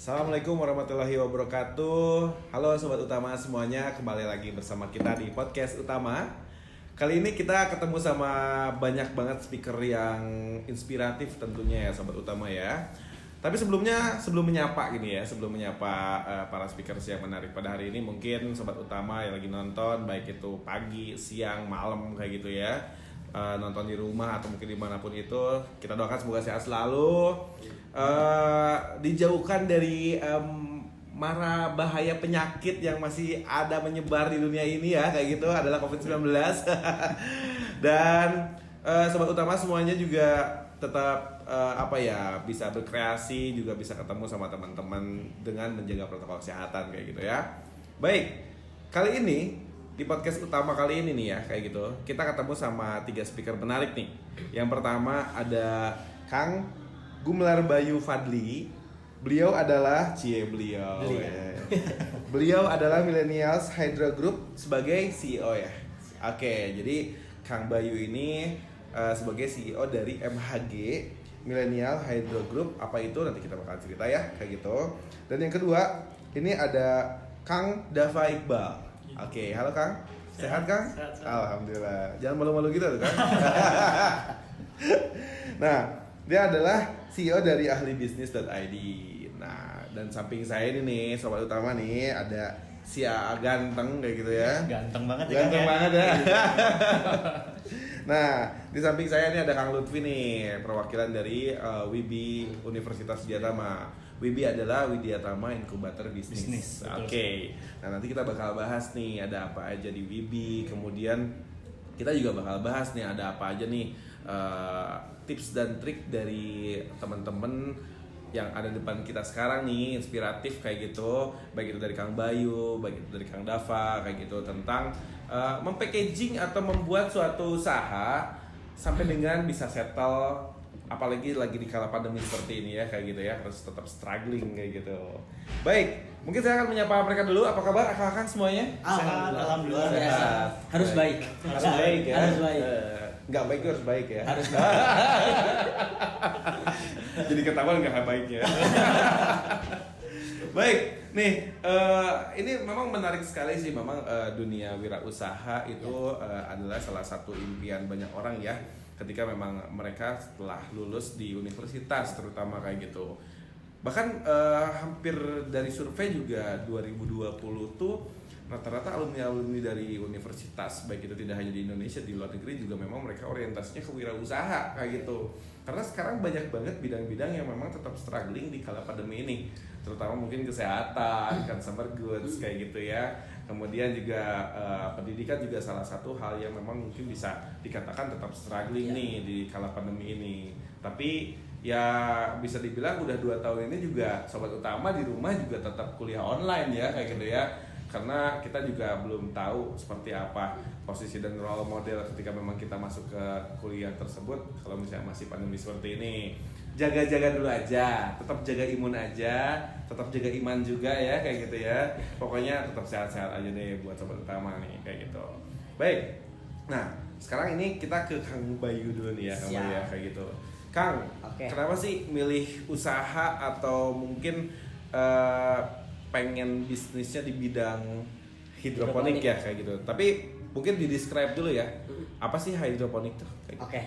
Assalamualaikum warahmatullahi wabarakatuh. Halo Sobat Utama semuanya, kembali lagi bersama kita di Podcast Utama. Kali ini kita ketemu sama banyak banget speaker yang inspiratif tentunya ya Sobat Utama ya. Tapi sebelum menyapa para speakers yang menarik pada hari ini, mungkin Sobat Utama yang lagi nonton, baik itu pagi, siang, malam kayak gitu ya, nonton di rumah atau mungkin dimanapun itu, kita doakan semoga sehat selalu, dijauhkan dari mara bahaya penyakit yang masih ada menyebar di dunia ini ya, kayak gitu adalah COVID-19. Dan Sobat Utama semuanya juga tetap bisa berkreasi, juga bisa ketemu sama teman-teman dengan menjaga protokol kesehatan kayak gitu ya. Baik, kali ini di podcast utama kali ini nih ya, kayak gitu, kita ketemu sama 3 speaker menarik nih. Yang pertama ada Kang Gumelar Bayu Fadli. Beliau adalah beliau adalah Millennials Hydro Group sebagai CEO ya. Oke, jadi Kang Bayu ini sebagai CEO dari MHG, Millennial Hydro Group. Apa itu nanti kita bakal cerita ya, kayak gitu. Dan yang kedua, ini ada Kang Dava Iqbal. Oke, halo Kang. Sehat Kang? Sehat. Alhamdulillah. Jangan malu-malu gitu tuh Kang. Nah, dia adalah CEO dari ahlibisnis.id. Nah, dan samping saya ini nih, Sobat Utama nih, ada si A ganteng kayak gitu ya. Ganteng banget ya. Ganteng banget ya. Nah, di samping saya ini ada Kang Lutfi nih, perwakilan dari WIBI Universitas Widyatama. WIBI adalah Widyatama Inkubator Bisnis. Oke. Nah, nanti kita bakal bahas nih ada apa aja di WIBI. Kemudian kita juga bakal bahas nih ada apa aja nih tips dan trik dari teman-teman yang ada di depan kita sekarang nih, inspiratif kayak gitu, baik itu dari Kang Bayu, baik itu dari Kang Dava kayak gitu, tentang mempackaging atau membuat suatu usaha sampai dengan bisa settle, apalagi lagi di kala pandemi seperti ini ya, kayak gitu ya, harus tetap struggling kayak gitu. Baik, mungkin saya akan menyapa mereka dulu. Apa kabar akak-akak semuanya? Alhamdulillah. Sehat. Harus baik. Harus baik ya. Harus baik. Nggak baik itu harus baik ya. Harus baik. Jadi ketahuan nggak baik ya. Baik, nih ini memang menarik sekali sih. Memang dunia wirausaha itu adalah salah satu impian banyak orang ya. Ketika memang mereka setelah lulus di universitas terutama kayak gitu. Bahkan hampir dari survei juga 2020 tuh rata-rata alumni dari universitas, baik itu tidak hanya di Indonesia, di luar negeri juga memang mereka orientasinya ke wirausaha kayak gitu. Karena sekarang banyak banget bidang-bidang yang memang tetap struggling di kala pandemi ini, terutama mungkin kesehatan, consumer goods kayak gitu ya. Kemudian juga pendidikan juga salah satu hal yang memang mungkin bisa dikatakan tetap struggling nih di kala pandemi ini. Tapi ya bisa dibilang udah 2 tahun ini juga Sobat Utama di rumah juga tetap kuliah online ya, kayak gitu ya. Karena kita juga belum tahu seperti apa posisi dan role model ketika memang kita masuk ke kuliah tersebut. Kalau misalnya masih pandemi seperti ini, jaga-jaga dulu aja, tetap jaga imun aja, tetap jaga iman juga ya, kayak gitu ya. Pokoknya tetap sehat-sehat aja deh buat Sobat Utama nih, kayak gitu. Baik, nah sekarang ini kita ke Kang Bayu dulu nih ya, Kang Bayu ya, kayak gitu. Kang, kenapa sih milih usaha atau mungkin pengen bisnisnya di bidang hidroponik ya, kayak gitu. Tapi mungkin di describe dulu ya, apa sih hidroponik tuh? Oke.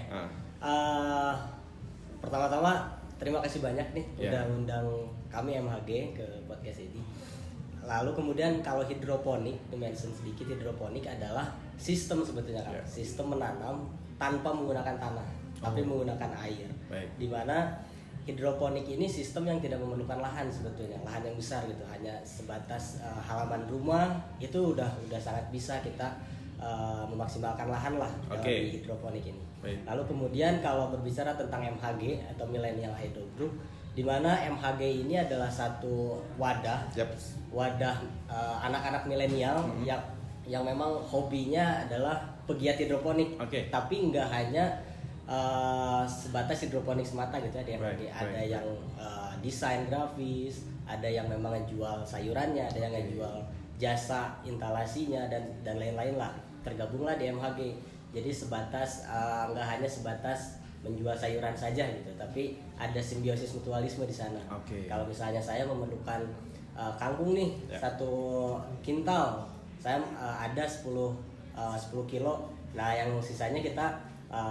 Pertama-tama terima kasih banyak nih udah undang kami MHG ke podcast ini. Lalu kemudian kalau hidroponik, dimention sedikit, hidroponik adalah sistem sebetulnya kan, sistem menanam tanpa menggunakan tanah, tapi menggunakan air. Dimana hidroponik ini sistem yang tidak memerlukan lahan sebetulnya, lahan yang besar gitu, hanya sebatas halaman rumah itu udah sangat bisa kita memaksimalkan lahan lah dalam hidroponik ini. Lalu kemudian kalau berbicara tentang MHG atau Millennial Hydro Group, di mana MHG ini adalah satu wadah anak-anak milenial yang memang hobinya adalah pegiat hidroponik, tapi nggak hanya sebatas hidroponik semata gitu ya di MHG. Ada yang desain grafis, ada yang memang ngejual sayurannya, ada yang ngejual jasa instalasinya dan lain-lain lah. Tergabunglah di MHG. Jadi sebatas nggak hanya sebatas menjual sayuran saja gitu, tapi ada simbiosis mutualisme di sana. Kalau misalnya saya memerlukan kangkung nih, satu kintal, saya ada 10 kilo. Nah, yang sisanya kita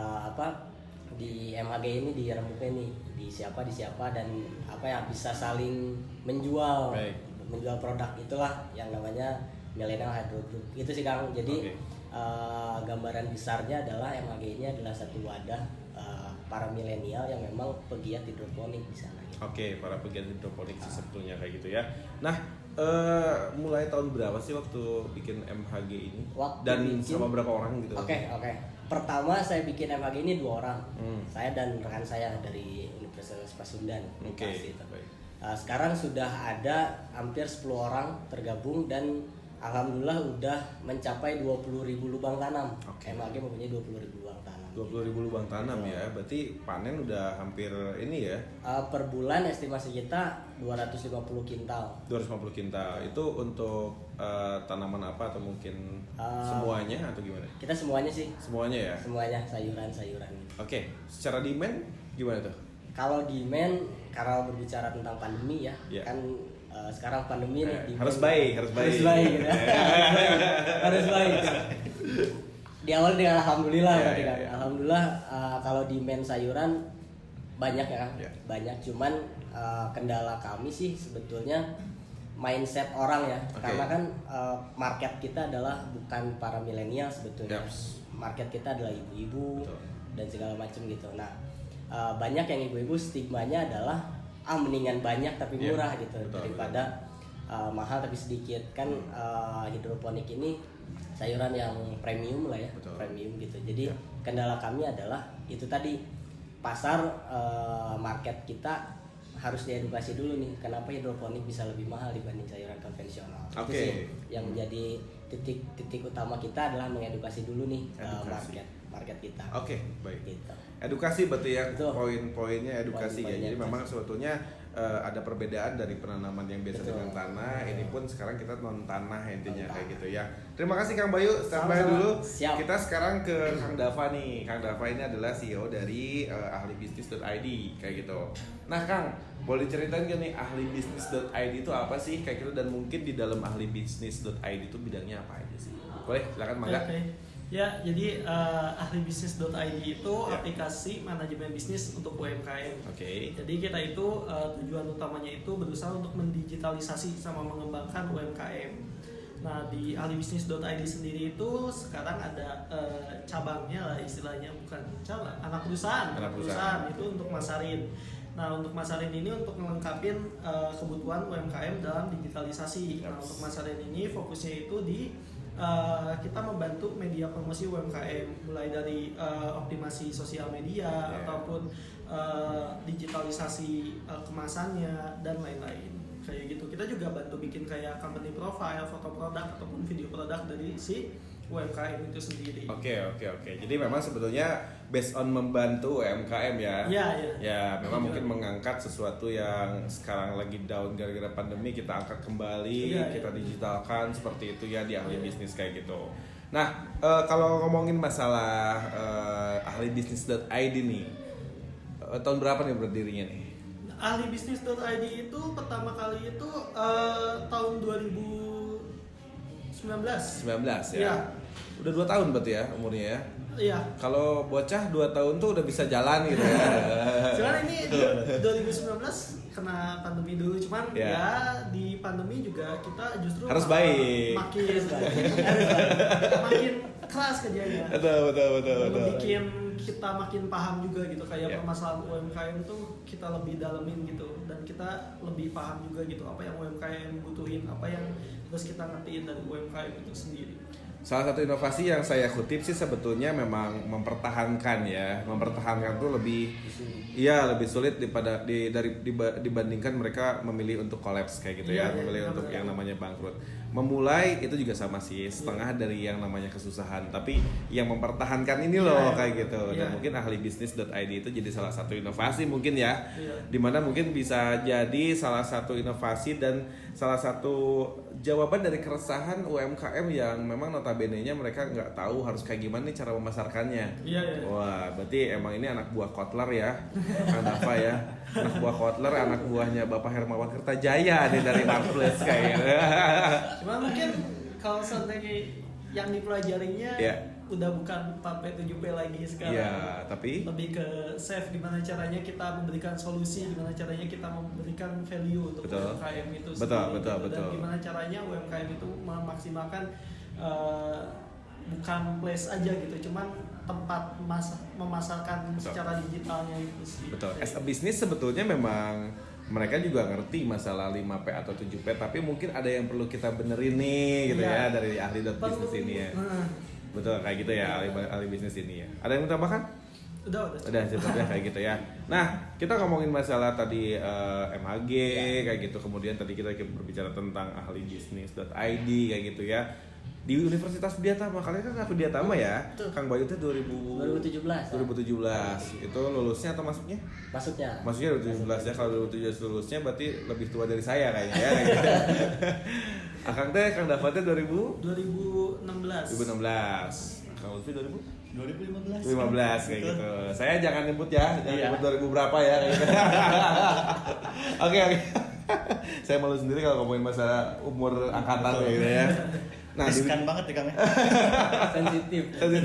di MHG ini dirembuknya nih di siapa dan apa yang bisa saling menjual. Menjual produk, itulah yang namanya Millennial Hydro Group. Itu sih Kang. Jadi gambaran besarnya adalah MHG ini adalah satu wadah para milenial yang memang pegiat hidroponik di sana. Para pegiat hidroponik sih sebetulnya kayak gitu ya. Nah, mulai tahun berapa sih waktu bikin MHG ini? Sama berapa orang gitu? Pertama saya bikin MHG ini 2 orang. Saya dan rekan saya dari Universitas Pasundan. Sekarang sudah ada hampir 10 orang tergabung dan alhamdulillah udah mencapai 20.000 lubang tanam. MHG mempunyai 20.000 lubang tanam. 20.000 lubang tanam ya, berarti panen udah hampir ini ya? Per bulan estimasi kita 250 kintal. 250 kintal, itu untuk tanaman apa atau mungkin semuanya atau gimana? Kita semuanya sih. Semuanya ya? Semuanya, sayuran. Secara demand gimana tuh? Kalau demand, kalau berbicara tentang pandemi ya, kan sekarang pandemi nih harus baik gitu. Harus baik. Di awal dengan alhamdulillah berarti kan. Alhamdulillah kalau demand sayuran banyak ya Kang. Banyak, cuman kendala kami sih sebetulnya mindset orang ya. Karena kan market kita adalah bukan para milenial sebetulnya. Market kita adalah ibu-ibu dan segala macam gitu. Nah, banyak yang ibu-ibu stigmanya adalah mendingan banyak tapi murah gitu daripada mahal tapi sedikit kan. Hidroponik ini sayuran yang premium lah ya, premium gitu. Jadi kendala kami adalah itu tadi, pasar market kita harus diedukasi dulu nih, kenapa hidroponik bisa lebih mahal dibanding sayuran konvensional. Itu sih yang menjadi titik utama kita adalah mengedukasi dulu nih market kita. Baik. Gitu. Edukasi berarti ya, poin-poinnya edukasi ya. Jadi memang sebetulnya ada perbedaan dari penanaman yang biasa dengan tanah. Ini pun sekarang kita non tanah intinya kayak gitu ya. Terima kasih Kang Bayu, standby dulu. Siap. Kita sekarang ke Kang Dava nih. Kang Dava ini adalah CEO dari ahlibisnis.id kayak gitu. Nah Kang, boleh ceritain gak nih ahlibisnis.id itu apa sih kayak gitu, dan mungkin di dalam ahlibisnis.id itu bidangnya apa aja sih? Boleh, silakan Mangga. Ya, jadi ahlibisnis.id itu aplikasi manajemen bisnis untuk UMKM. Jadi kita itu tujuan utamanya itu berusaha untuk mendigitalisasi sama mengembangkan UMKM. Nah, di ahlibisnis.id sendiri itu sekarang ada cabangnya lah istilahnya, bukan cabang, anak perusahaan itu untuk masarin. Nah, untuk masarin ini untuk melengkapin kebutuhan UMKM dalam digitalisasi. Nah, untuk masarin ini fokusnya itu di kita membantu media promosi UMKM, mulai dari optimasi sosial media ataupun digitalisasi kemasannya dan lain-lain kayak gitu. Kita juga bantu bikin kayak company profile, foto produk ataupun video produk dari si UMKM itu sendiri. Jadi memang sebetulnya based on membantu UMKM ya. Ya, memang mungkin mengangkat sesuatu yang sekarang lagi down gara-gara pandemi, kita angkat kembali, kita digitalkan seperti itu ya di ahlibisnis kayak gitu. Nah, kalau ngomongin masalah ahlibisnis.id nih, tahun berapa nih berdirinya nih? Ahlibisnis.id itu pertama kali itu tahun 2019 ya. Udah 2 tahun berarti ya umurnya ya. Iya. Kalau bocah 2 tahun tuh udah bisa jalan gitu ya. Cuman ini 2019 kena pandemi dulu, cuman ya di pandemi juga kita justru harus baik. Makin keras kerjanya. Betul. Bikin kita makin paham juga gitu, kayak permasalahan UMKM tuh kita lebih dalemin gitu, dan kita lebih paham juga gitu apa yang UMKM butuhin, apa yang harus kita ngertiin dari UMKM itu sendiri. Salah satu inovasi yang saya kutip sih sebetulnya memang mempertahankan tuh lebih sulit dibandingkan mereka memilih untuk kolaps kayak gitu memilih untuk yang namanya bangkrut. Memulai itu juga sama sih, setengah dari yang namanya kesusahan, tapi yang mempertahankan ini loh kayak gitu. Dan mungkin ahlibisnis.id itu jadi salah satu inovasi mungkin ya, dimana mungkin bisa jadi salah satu inovasi dan salah satu jawaban dari keresahan UMKM yang memang notabene-nya mereka nggak tahu harus kayak gimana nih cara memasarkannya. Iya. Wah, berarti emang ini anak buah Kotler ya, Kang Dava ya. Anak buah Kotler, anak buahnya Bapak Hermawan Kertajaya nih dari Marbles kayaknya. Cuma mungkin kalau seandainya yang dipelajarinya udah bukan 4P 7P lagi sekarang. Iya, tapi lebih ke save, gimana caranya kita memberikan solusi, gimana caranya kita memberikan value untuk UMKM itu sendiri. Dan gimana caranya UMKM itu memaksimalkan bukan place aja gitu, cuman tempat memasarkan secara digitalnya itu sih. Betul. As a business sebetulnya memang mereka juga ngerti masalah 5P atau 7P, tapi mungkin ada yang perlu kita benerin nih gitu ya dari ahli.bisnis ini ya. Betul, kayak gitu ya ahli bisnis ini ya. Ada yang tambahkan? Udah sepertinya kayak gitu ya. Nah, kita ngomongin masalah tadi MHG kayak gitu, kemudian tadi kita berbicara tentang ahlibisnis.id kayak gitu ya. Di Universitas Widyatama, kalian kan Widyatama ya? Betul. Kang Bayu itu 2017. Itu lulusnya atau masuknya? Masuknya 2017 ya. Kalau 2017 lulusnya berarti lebih tua dari saya kayaknya ya. Akang teh, Kang Dava teh 2016. Kang Lutfi 2015 kayak gitu. Saya jangan nyebut ya, nyebut 2000 berapa ya kayak gitu. Oke. Saya malu sendiri kalau ngomongin masalah umur angkatan kayak gitu ya. Nah, riskan banget ya Kang. Sensitif.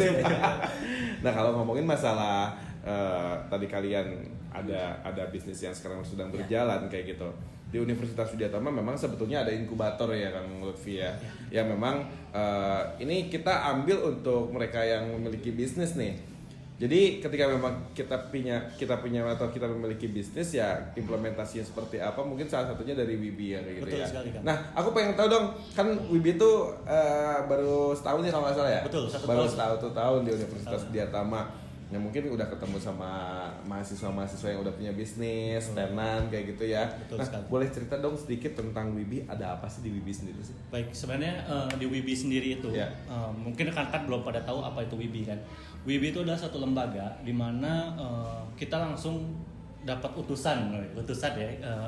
Nah, kalau ngomongin masalah tadi kalian ada bisnis yang sekarang sedang berjalan kayak gitu. Di Universitas Widyatama memang sebetulnya ada inkubator ya Kang Lutfi ya. Yang memang ini kita ambil untuk mereka yang memiliki bisnis nih. Jadi ketika memang kita punya atau kita memiliki bisnis ya implementasinya seperti apa, mungkin salah satunya dari WIBI ya kayak gitu. Betul ya. sekali, Kang. Nah, aku pengen tahu dong, kan WIBI itu baru setahun ya kalau nggak salah ya. Betul, baru satu tahun di Universitas Widyatama. Ya mungkin udah ketemu sama mahasiswa-mahasiswa yang udah punya bisnis, tenan kayak gitu ya. Betul nah, sekali. Boleh cerita dong sedikit tentang WIBI, ada apa sih di WIBI sendiri sih? Baik, sebenarnya di WIBI sendiri itu mungkin rekan-rekan belum pada tahu apa itu WIBI kan. WIBI itu adalah satu lembaga di mana kita langsung dapat utusan ya,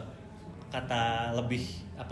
kata lebih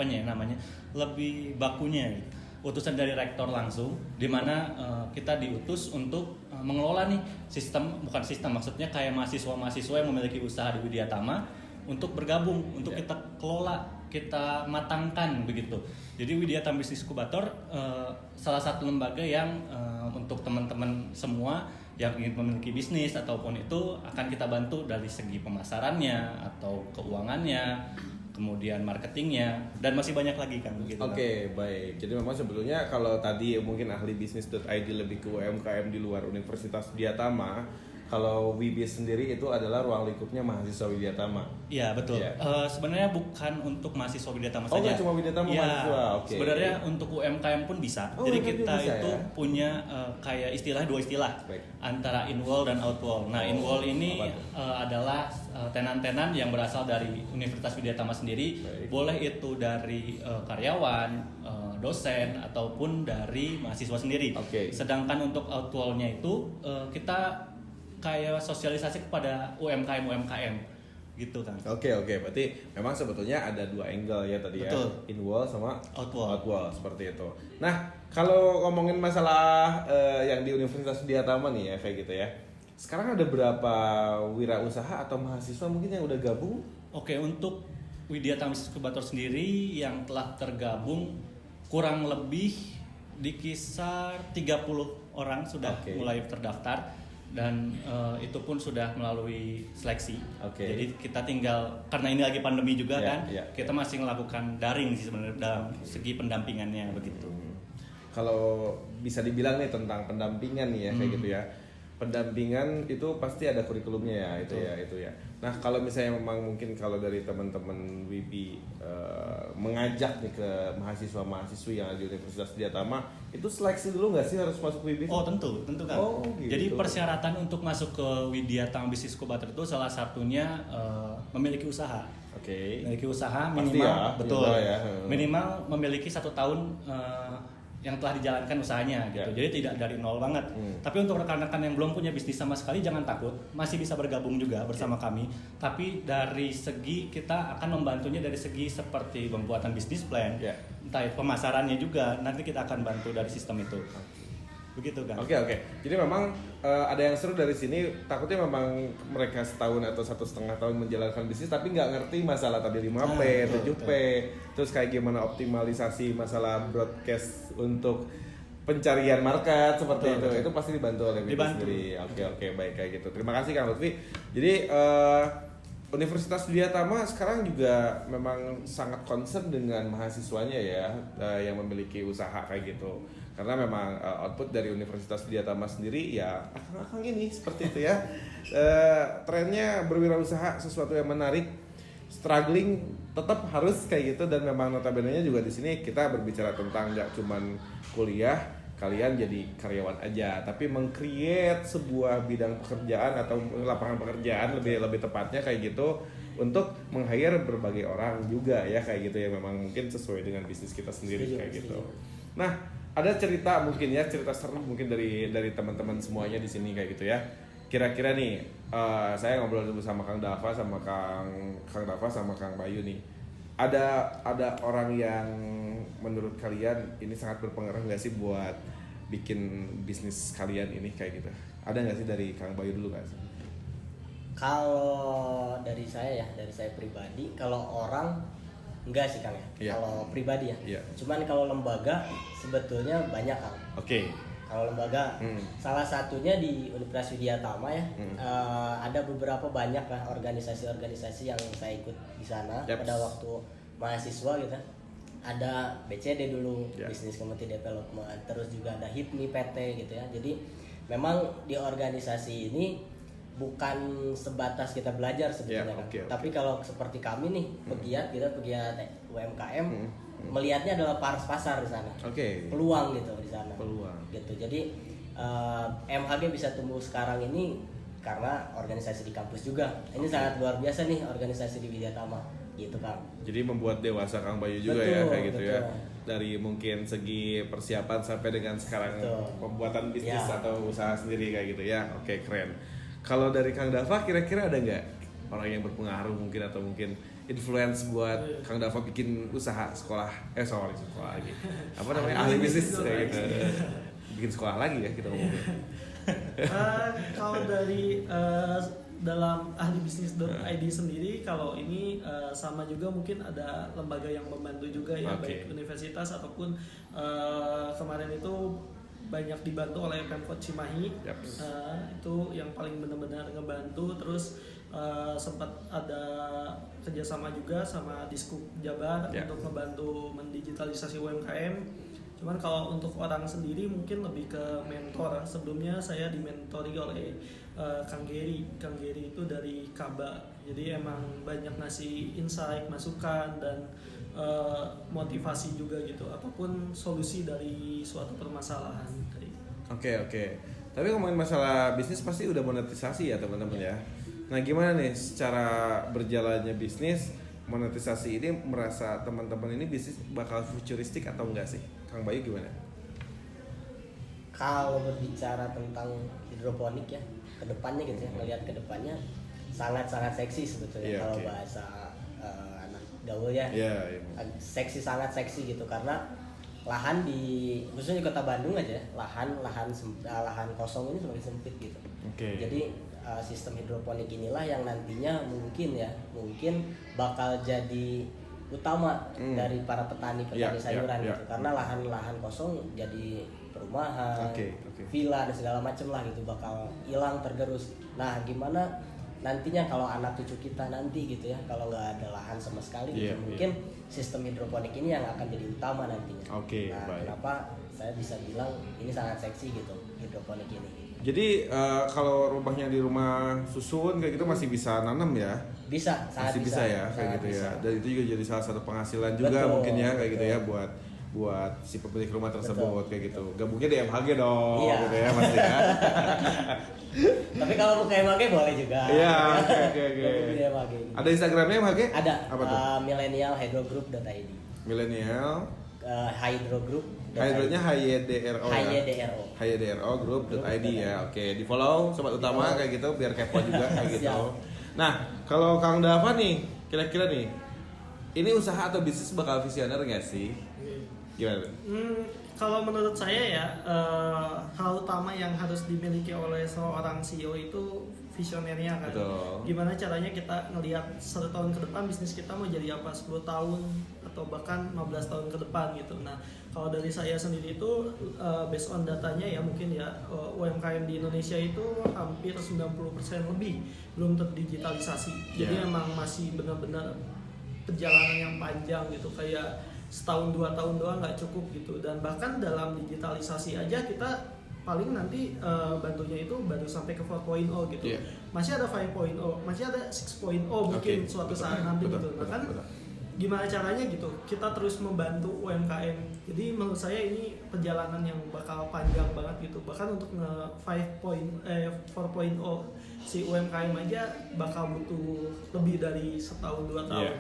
lebih bakunya gitu. Utusan dari rektor langsung, di mana kita diutus untuk mengelola nih maksudnya kayak mahasiswa yang memiliki usaha di Widyatama untuk bergabung, untuk kita kelola, kita matangkan begitu. Jadi Widyatama Business Incubator salah satu lembaga yang untuk teman-teman semua yang ingin memiliki bisnis ataupun itu akan kita bantu dari segi pemasarannya atau keuangannya, kemudian marketingnya, dan masih banyak lagi kan begitu. Oke, baik. Jadi memang sebetulnya kalau tadi mungkin ahlibisnis.id lebih ke UMKM di luar Universitas Widyatama, kalau WIBI sendiri itu adalah ruang lingkupnya mahasiswa Widyatama. Iya, betul. Ya. Sebenarnya bukan untuk mahasiswa Widyatama saja. Oh, cuma Widyatama mahasiswa. Oke. Sebenarnya untuk UMKM pun bisa. Jadi kita itu punya kayak dua istilah baik. Antara in-wall dan out-wall. Nah, in-wall ini adalah tenan-tenan yang berasal dari Universitas Widyatama sendiri. Baik. Boleh itu dari karyawan, dosen ataupun dari mahasiswa sendiri. Oke. Sedangkan untuk out-wall-nya itu kita kayak sosialisasi kepada UMKM gitu kan. Oke, berarti memang sebetulnya ada dua angle ya tadi. Betul. Ya, in-wall sama out-wall seperti itu. Nah, kalau ngomongin masalah yang di Universitas Widyatama nih ya kayak gitu ya. Sekarang ada berapa wirausaha atau mahasiswa mungkin yang udah gabung? Oke, untuk Widyatama Business Incubator sendiri yang telah tergabung kurang lebih di kisar 30 orang sudah mulai terdaftar. Dan itu pun sudah melalui seleksi. Jadi kita tinggal, karena ini lagi pandemi juga kita masih melakukan daring sih sebenarnya dalam segi pendampingannya begitu. Kalau bisa dibilang nih tentang pendampingan nih ya kayak gitu ya. Pendampingan itu pasti ada kurikulumnya ya itu ya. Nah, kalau misalnya memang mungkin kalau dari teman-teman WIBI mengajak nih ke mahasiswa-mahasiswi yang ada di Universitas Widyatama, itu seleksi dulu nggak sih harus masuk WIBI? Oh, tentu kan. Gitu. Jadi persyaratan untuk masuk ke Widyatama Business Incubator itu salah satunya memiliki usaha. Oke. Memiliki usaha pasti minimal ya, betul. Ya. Minimal memiliki 1 tahun yang telah dijalankan usahanya gitu. Jadi tidak dari nol banget. Tapi untuk rekan-rekan yang belum punya bisnis sama sekali jangan takut, masih bisa bergabung juga bersama kami. Tapi dari segi kita akan membantunya dari segi seperti pembuatan bisnis plan, entah pemasarannya juga nanti kita akan bantu dari sistem itu. Begitu kan? Oke. Jadi memang ada yang seru dari sini. Takutnya memang mereka setahun atau 1,5 tahun menjalankan bisnis, tapi nggak ngerti masalah tadi 5P, 7P, terus kayak gimana optimalisasi masalah broadcast untuk pencarian market seperti itu. Itu pasti dibantu oleh bisnis sendiri. Oke, baik kayak gitu. Terima kasih Kang Lutfi. Jadi Universitas Widyatama sekarang juga memang sangat concern dengan mahasiswanya ya, yang memiliki usaha kayak gitu. Karena memang output dari Universitas Widyatama sendiri ya akang ini seperti itu ya. Trennya berwirausaha sesuatu yang menarik, struggling tetap harus kayak gitu, dan memang notabene-nya juga di sini kita berbicara tentang nggak cuman kuliah kalian jadi karyawan aja, tapi meng-create sebuah bidang pekerjaan atau lapangan pekerjaan lebih tepatnya kayak gitu untuk meng-hire berbagai orang juga ya kayak gitu ya, memang mungkin sesuai dengan bisnis kita sendiri kayak gitu. Nah, ada cerita mungkin ya, cerita seru mungkin dari teman-teman semuanya di sini kayak gitu ya. Kira-kira nih saya ngobrol dulu sama Kang Dava sama Kang Bayu nih. Ada orang yang menurut kalian ini sangat berpengaruh nggak sih buat bikin bisnis kalian ini kayak gitu? Ada nggak sih dari Kang Bayu dulu nggak sih? Kalau dari saya pribadi, kalau orang enggak sih Kang ya. Kalau pribadi ya. Cuman kalau lembaga sebetulnya banyak Kang. Kalau lembaga salah satunya di Universitas Widyatama ya. Ada beberapa banyak lah organisasi-organisasi yang saya ikut di sana pada waktu mahasiswa gitu. Ada BCD dulu, Business Community Development, terus juga ada HIPMI PT gitu ya. Jadi memang di organisasi ini bukan sebatas kita belajar sebetulnya kan. Tapi kalau seperti kami nih pegiat UMKM, melihatnya adalah pasar di sana. Peluang gitu di sana. Gitu. Jadi MHG bisa tumbuh sekarang ini karena organisasi di kampus juga. Ini sangat luar biasa nih organisasi di Widyatama gitu Kang. Jadi membuat dewasa Kang Bayu juga ya kayak gitu ya. Dari mungkin segi persiapan sampai dengan sekarang pembuatan bisnis atau usaha sendiri kayak gitu ya. Oke, keren. Kalau dari Kang Dava kira-kira ada nggak orang yang berpengaruh mungkin atau mungkin influence buat Kang Dava bikin usaha sekolah lagi. Apa namanya? Ahli bisnis kayak gitu. Bikin sekolah lagi ya kita ngomongin. Kalau dari dalam ahlibisnis.id sendiri, kalau ini sama juga mungkin ada lembaga yang membantu juga ya, baik universitas ataupun kemarin itu banyak dibantu oleh Pemkot Cimahi. Itu yang paling benar-benar ngebantu. Terus sempat ada kerjasama juga sama Diskup Jabar untuk membantu mendigitalisasi UMKM. Cuman kalau untuk orang sendiri mungkin lebih ke mentor. Sebelumnya saya dimentori oleh Kang Geri itu dari Kaba. Jadi emang banyak ngasih insight, masukan, dan motivasi juga gitu, ataupun solusi dari suatu permasalahan. Oke. Tapi ngomongin masalah bisnis pasti udah monetisasi ya teman-teman ya. Nah gimana nih secara berjalannya bisnis, monetisasi ini merasa teman-teman ini bisnis bakal futuristik atau enggak sih? Kang Bayu gimana? Kalau berbicara tentang hidroponik ya, kedepannya gitu ya, melihat kedepannya sangat-sangat seksi sebetulnya kalau bahasa anak gaul ya. Seksi, sangat seksi gitu, karena lahan di khususnya di Kota Bandung aja, lahan kosong ini semakin sempit gitu. Jadi sistem hidroponik inilah yang nantinya mungkin bakal jadi utama dari para petani sayuran gitu, karena lahan-lahan kosong jadi perumahan, villa dan segala macam lah gitu, bakal hilang tergerus. Nah gimana nantinya kalau anak cucu kita nanti gitu ya, kalau nggak ada lahan sama sekali gitu, mungkin sistem hidroponik ini yang akan jadi utama nantinya. Kenapa saya bisa bilang ini sangat seksi gitu hidroponik ini. Jadi kalau rumahnya di rumah susun kayak gitu masih bisa nanam ya? Bisa, masih bisa ya kayak gitu ya. Dan itu juga jadi salah satu penghasilan juga mungkin ya kayak gitu ya buat si pemilik rumah tersebut kayak gitu. Gabungnya di MHG dong gitu ya Mas ya. Tapi kalau buka MHG boleh juga. Oke. Ada Instagramnya MHG? Ada. Apa tuh? millennialhydrogroup.id. Millennial hydrogroup.id. Hydro-nya HYDRO ya. HYDRO Group.id ya. Oke, di follow sobat utama kayak gitu biar kepo juga kayak gitu. Nah, kalau Kang Dava nih, kira-kira nih, ini usaha atau bisnis bakal visioner nggak sih? Gimana? Kalau menurut saya ya, hal utama yang harus dimiliki oleh seorang CEO itu visionernya kan. Betul. Gimana caranya kita ngelihat 1 tahun ke depan bisnis kita mau jadi apa, 10 tahun atau bahkan 15 tahun ke depan gitu. Nah, kalau dari saya sendiri itu based on datanya ya mungkin ya UMKM di Indonesia itu hampir 90% lebih belum terdigitalisasi. Jadi memang masih benar-benar perjalanan yang panjang gitu, kayak setahun 2 tahun doang nggak cukup gitu. Dan bahkan dalam digitalisasi aja kita paling nanti bantunya itu baru sampai ke 4.0 gitu. Masih ada 5.0, masih ada 6.0 mungkin suatu saat nanti gitu. Nah kan gimana caranya gitu kita terus membantu UMKM. Jadi menurut saya ini perjalanan yang bakal panjang banget gitu. Bahkan untuk nge 4.0 si UMKM aja bakal butuh lebih dari setahun 2 tahun.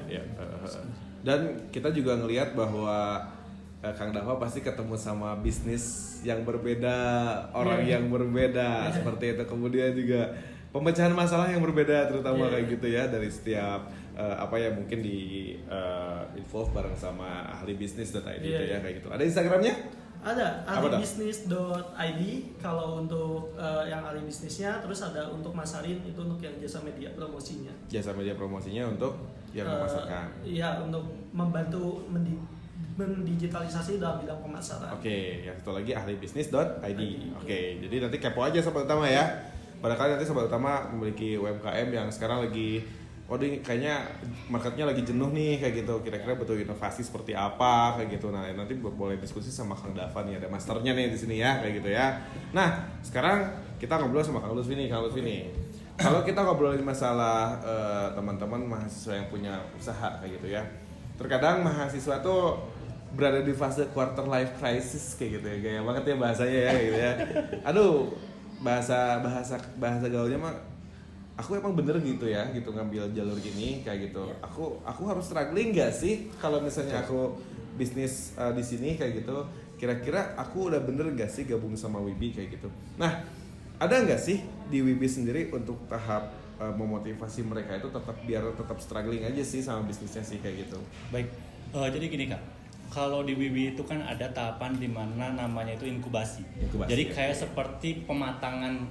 Dan kita juga ngelihat bahwa Kang Dava pasti ketemu sama bisnis yang berbeda, orang yang berbeda seperti itu. Kemudian juga pemecahan masalah yang berbeda terutama kayak gitu ya dari setiap mungkin di involve bareng sama ahli bisnis.id itu ya kayak gitu. Ada Instagramnya? Ada, ahlibisnis.id kalau untuk yang ahli bisnisnya, terus ada untuk masarin itu untuk yang jasa media promosinya. Jasa media promosinya untuk yang memasarkan. Iya, untuk membantu mendigitalisasi dalam bidang pemasaran. Oke, yang satu lagi ahlibisnis.id. Oke, jadi nanti kepo aja sobat utama ya. Barangkali nanti sobat utama memiliki UMKM yang sekarang lagi kayaknya marketnya lagi jenuh nih kayak gitu, kira-kira butuh inovasi seperti apa kayak gitu. Nah nanti boleh diskusi sama Kang Dava nih, ada masternya nih di sini ya kayak gitu ya. Nah sekarang kita ngobrol sama Kang Lutfi nih. Kalau kita ngobrolin masalah teman-teman mahasiswa yang punya usaha kayak gitu ya, terkadang mahasiswa tuh berada di fase quarter life crisis kayak gitu ya, gaya banget ya bahasanya ya gitu ya. Aduh, bahasa gaulnya mah aku emang bener gitu ya gitu ngambil jalur ini kayak gitu. Aku harus struggling nggak sih kalau misalnya aku bisnis di sini kayak gitu. Kira-kira aku udah bener nggak sih gabung sama Wibi kayak gitu. Nah ada nggak sih di Wibi sendiri untuk tahap memotivasi mereka itu tetap struggling aja sih sama bisnisnya sih kayak gitu. Baik, jadi gini Kak, kalau di Wibi itu kan ada tahapan di mana namanya itu inkubasi. Jadi kayak seperti pematangan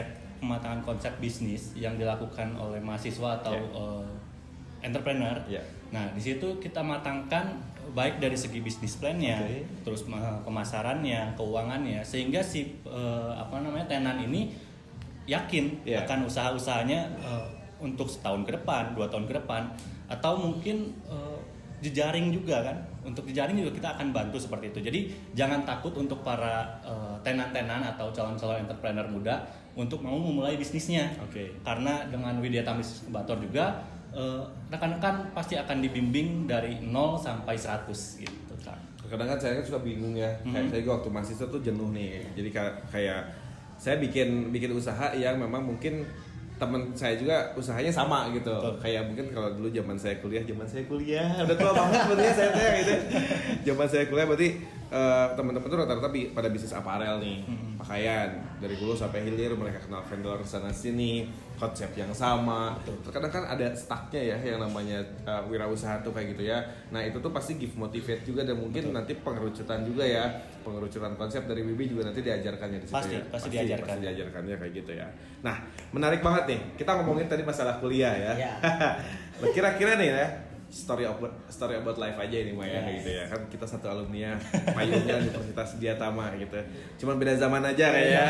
konsep bisnis yang dilakukan oleh mahasiswa atau entrepreneur. Nah, di situ kita matangkan baik dari segi bisnis plan-nya, terus pemasarannya, keuangannya, sehingga si tenan ini yakin akan usaha-usahanya untuk setahun ke depan, 2 tahun ke depan, atau mungkin jejaring juga kan. Untuk jejaring juga kita akan bantu seperti itu. Jadi jangan takut untuk para tenan-tenan atau calon-calon entrepreneur muda untuk mau memulai bisnisnya. Karena dengan Widya Tamis Inkubator juga rekan-rekan pasti akan dibimbing dari 0 sampai 100 gitu kan. Kadang-kadang saya kan suka bingung ya. Kayak saya waktu mahasiswa tuh jenuh nih. Jadi kayak saya bikin usaha yang memang mungkin teman saya juga usahanya sama gitu. Kayak mungkin kalau dulu zaman saya kuliah udah tua banget sebenarnya saya gitu. Zaman saya kuliah berarti teman-teman tuh rata-rata pada bisnis aparel nih, pakaian dari hulu sampai hilir, mereka kenal vendor sana sini, konsep yang sama. Terkadang kan ada stucknya ya yang namanya wirausaha tuh kayak gitu ya. Nah itu tuh pasti give motivate juga dan mungkin nanti pengerucutan juga ya, pengerucutan konsep dari Wibi juga nanti diajarkannya di situ pasti diajarkannya kayak gitu ya. Nah menarik banget nih, kita ngomongin tadi masalah kuliah ya. Nah, kira-kira nih ya story about life aja ini Maya gitu ya. Kan kita satu alumni payungnya Universitas Diatama gitu. Cuman beda zaman aja kayaknya.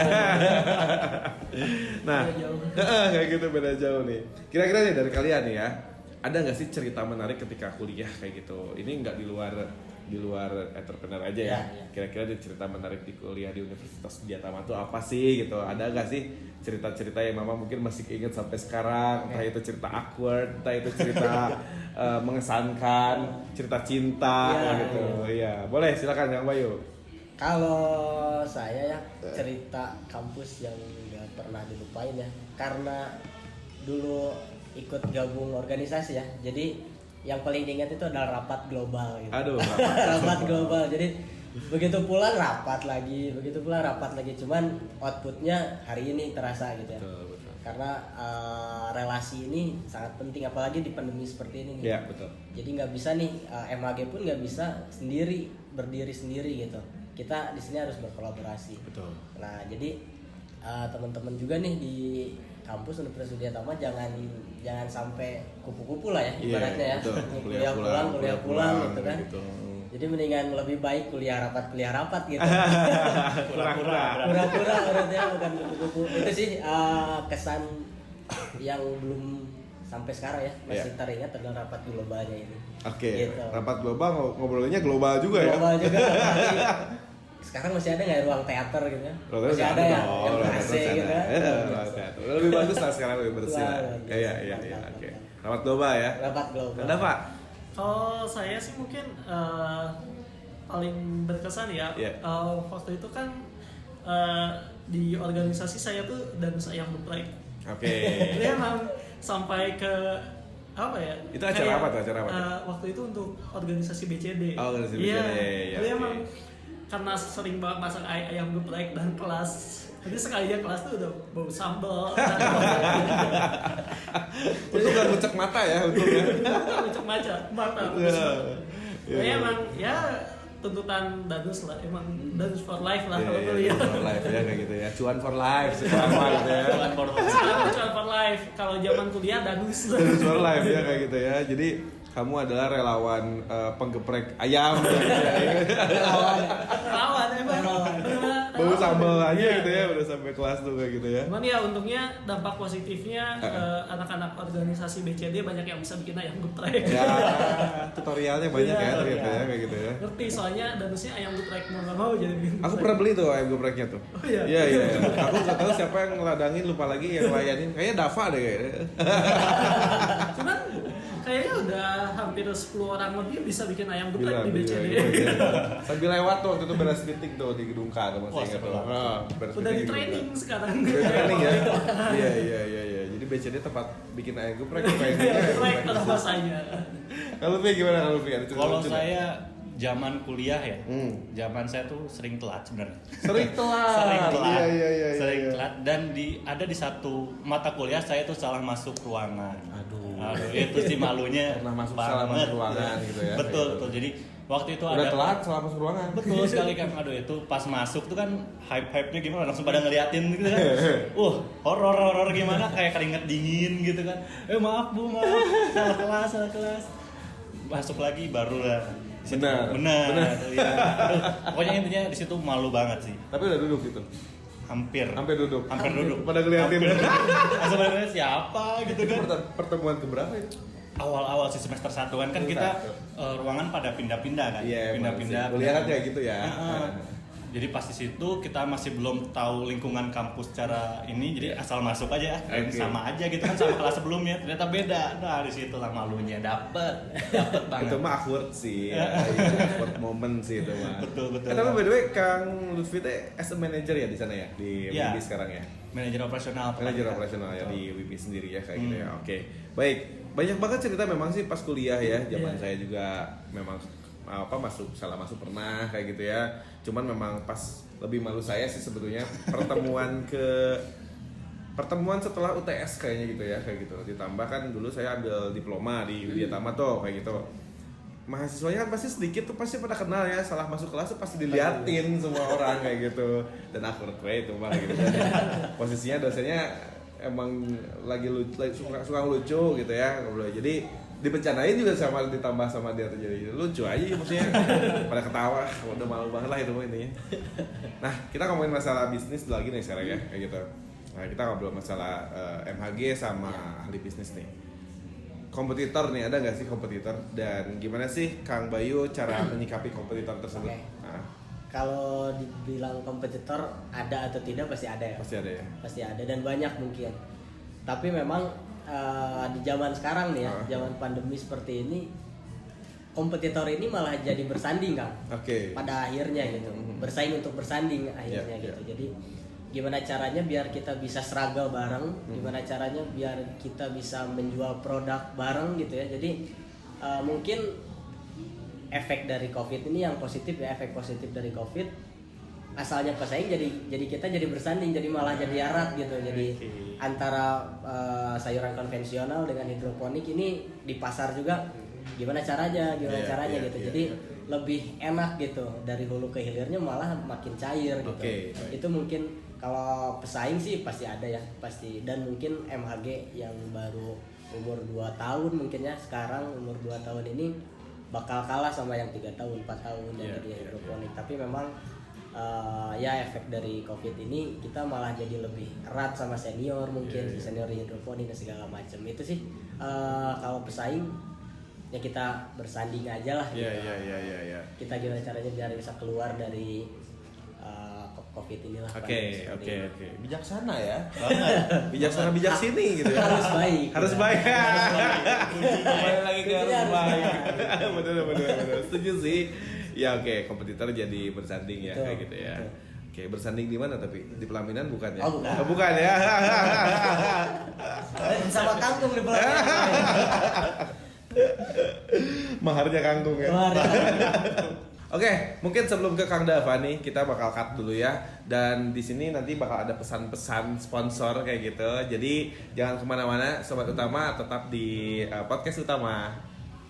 Nah, kayak gitu beda jauh nih. Kira-kira nih dari kalian nih ya, ada nggak sih cerita menarik ketika kuliah kayak gitu? Ini nggak di luar entrepreneur aja ya. Kira-kira di cerita menarik di kuliah di Universitas Diatama tuh apa sih gitu? Ada nggak sih cerita-cerita yang mama mungkin masih ingat sampai sekarang? Entah itu cerita awkward, entah itu cerita mengesankan, cerita cinta gitu. Iya, boleh silakan Kang Bayu. Kalau saya ya cerita kampus yang nggak pernah dilupain ya, karena dulu ikut gabung organisasi ya. Jadi yang paling diingat itu adalah rapat global gitu. Aduh, rapat global. Jadi begitu pulang rapat lagi, cuman outputnya hari ini terasa gitu ya. Betul. Karena relasi ini sangat penting, apalagi di pandemi seperti ini nih. Iya, betul. Jadi nggak bisa nih, MHG pun nggak bisa berdiri sendiri gitu. Kita di sini harus berkolaborasi. Betul. Nah, jadi teman-teman juga nih di kampus Universitas Widyatama jangan sampai kupu-kupu lah ya ibaratnya ya. Kuliah pulang gitu kan. Gitu. Jadi mendingan lebih baik kuliah rapat gitu. Pura-pura berarti bukan kupu-kupu. Itu sih kesan yang belum sampai sekarang ya masih teringat adalah rapat globalnya ini. Oke. Gitu. Rapat global ngobrolnya global juga ya. Global juga. Sekarang masih ada nggak ruang teater gitu ya? Masih ada ya, yang AC gitu ya. Lebih bagus lah sekarang, lebih bersih lah. Iya. Oke. Rapat global ya. Rapat global. Ada Pak? Kalau saya sih mungkin paling berkesan ya. Waktu itu kan di organisasi saya tuh Danus Ayam Geprek. Oke. Dia emang sampai ke apa ya? Itu acara apa tuh? Waktu itu untuk organisasi BCD. Oh, organisasi BCD. Iya. Dia emang karena sering banget masak ayam geprek dan kelas. Jadi sekali kelas tuh udah bau sambal. Itu kan ngucek mata ya untungnya. Ngucek mata. Ya emang ya tuntutan Danus lah, emang Danus for life lah kalau kuliah. For life ya kayak gitu ya. Cuan for life sekarang gitu ya. Cuan for life. Kalau zaman kuliah Danus for life ya kayak gitu ya. Jadi kamu adalah relawan penggeprek ayam gitu ya. Relawan emang. Baru sambal aja gitu ya, udah sampai kelas tuh kayak gitu ya. Cuman ya untungnya dampak positifnya anak-anak organisasi BCD banyak yang bisa bikin ayam geprek. Ya, tutorialnya banyak ya ternyata ya kayak gitu ya. Ngerti soalnya Danusnya ayam geprek mau nggak mau jadi bikin. Aku pernah beli tuh ayam gepreknya tuh. Oh iya. Iya. Aku nggak tahu siapa yang ngeladangin, lupa lagi yang layanin. Kayaknya Dava deh kayaknya. Cuman kayaknya udah hampir 10 orang lebih bisa bikin ayam geprek di BCD. Sambil lewat tuh waktu itu beres meeting tuh di gedung K tuh masih ingat tuh. Udah di training sekarang. Udah training ya. Iya. Jadi BCD tempat bikin ayam geprek kayaknya. Geprek pada bahasanya. Kalau Pi gimana kalau Pi? Kalau saya zaman kuliah ya, zaman saya tuh sering telat sebenarnya. Sering telat. Iya. Sering telat dan ada di satu mata kuliah saya tuh salah masuk ruangan. Aduh itu sih malunya. Pernah salah masuk ruangan gitu ya. Betul. Jadi waktu itu udah telat salah masuk ruangan. Betul sekali kan. Aduh itu pas masuk tuh kan hype-nya gimana, langsung pada ngeliatin gitu kan. Horor gimana, kayak keringet dingin gitu kan. Maaf Bu, salah kelas. Masuk lagi baru lah. Benar. Ya. Pokoknya intinya di situ malu banget sih. Tapi udah duduk gitu. Hampir duduk. Pada ngeliatin. Sebenarnya siapa gitu kan. Pertemuan keberapa itu? Awal sih semester 1 kan kita ruangan pada pindah-pindah kan. Iya, pindah-pindah. Kuliah kan kayak gitu ya. Jadi pas di situ kita masih belum tahu lingkungan kampus secara ini, jadi asal masuk aja, sama aja gitu kan sama kelas sebelumnya. Ternyata beda. Nah di situ lah malunya dapet banget. Itu mah awkward sih, awkward moment sih itu mah. Betul. Tapi by the way, Kang Lutfi teh as a manager ya di sana ya di WIB sekarang ya. Manajer operasional Ya di WIB sendiri ya kayak gitu ya. Oke, baik. Banyak banget cerita memang sih pas kuliah ya. Zaman saya juga memang salah masuk pernah kayak gitu ya. Cuman memang pas lebih malu saya sih sebetulnya pertemuan setelah UTS kayaknya gitu ya, kayak gitu. Ditambah kan dulu saya ambil diploma di Widyatama tuh kayak gitu. Mahasiswanya kan pasti sedikit tuh pasti pada kenal ya, salah masuk kelas tuh pasti diliatin semua orang kayak gitu. Dan awkward itu mah gitu. Posisinya dosennya emang lagi suka lucu gitu ya. Jadi dibencanain juga sama ditambah sama dia tuh jadi lucu aja maksudnya pada ketawa udah malu banget lah itu intinya. Nah kita ngomongin masalah bisnis lagi nih sekarang ya kayak gitu. Nah kita ngobrol masalah MHG sama ahli bisnis nih. Kompetitor nih, ada nggak sih kompetitor dan gimana sih Kang Bayu cara menyikapi kompetitor tersebut? Nah. Kalau dibilang kompetitor ada atau tidak pasti ada ya. Pasti ada dan banyak mungkin. Tapi memang di zaman sekarang nih ya, zaman pandemi seperti ini, kompetitor ini malah jadi bersanding kan. Pada akhirnya gitu, bersaing untuk bersanding akhirnya gitu. Jadi gimana caranya biar kita bisa struggle bareng, gimana caranya biar kita bisa menjual produk bareng gitu ya. Jadi mungkin efek dari COVID ini yang positif ya, efek positif dari COVID asalnya pesaing jadi kita jadi bersanding, jadi malah jadi erat gitu. Jadi antara sayuran konvensional dengan hidroponik ini di pasar juga gimana caranya gitu. Jadi lebih enak gitu, dari hulu ke hilirnya malah makin cair gitu. Itu mungkin kalau pesaing sih pasti ada ya, pasti. Dan mungkin MHG yang baru umur 2 tahun mungkin ya, sekarang umur 2 tahun ini bakal kalah sama yang 3 tahun, 4 tahun yang di hidroponik. Tapi memang ya efek dari COVID ini kita malah jadi lebih erat sama senior mungkin, senior di hidroponik dan segala macam. Itu sih kalau pesaing ya kita bersanding aja lah. Kita gimana caranya biar bisa keluar dari COVID inilah. Oke. Bijaksana ya. Bijaksana bijaksini gitu ya. Harus baik. Kembali lagi ke harus baik. Betul. Setuju sih. Ya kompetitor jadi bersanding ya, betul, kayak gitu ya. Betul. Bersanding di mana tapi? Di pelaminan bukan ya? Bukan ya. Sama kangkung di pelaminan. Maharnya kangkung ya. Mungkin sebelum ke Kang Dava nih, kita bakal cut dulu ya. Dan di sini nanti bakal ada pesan-pesan sponsor kayak gitu. Jadi jangan kemana-mana, Sobat Utama, tetap di podcast Utama.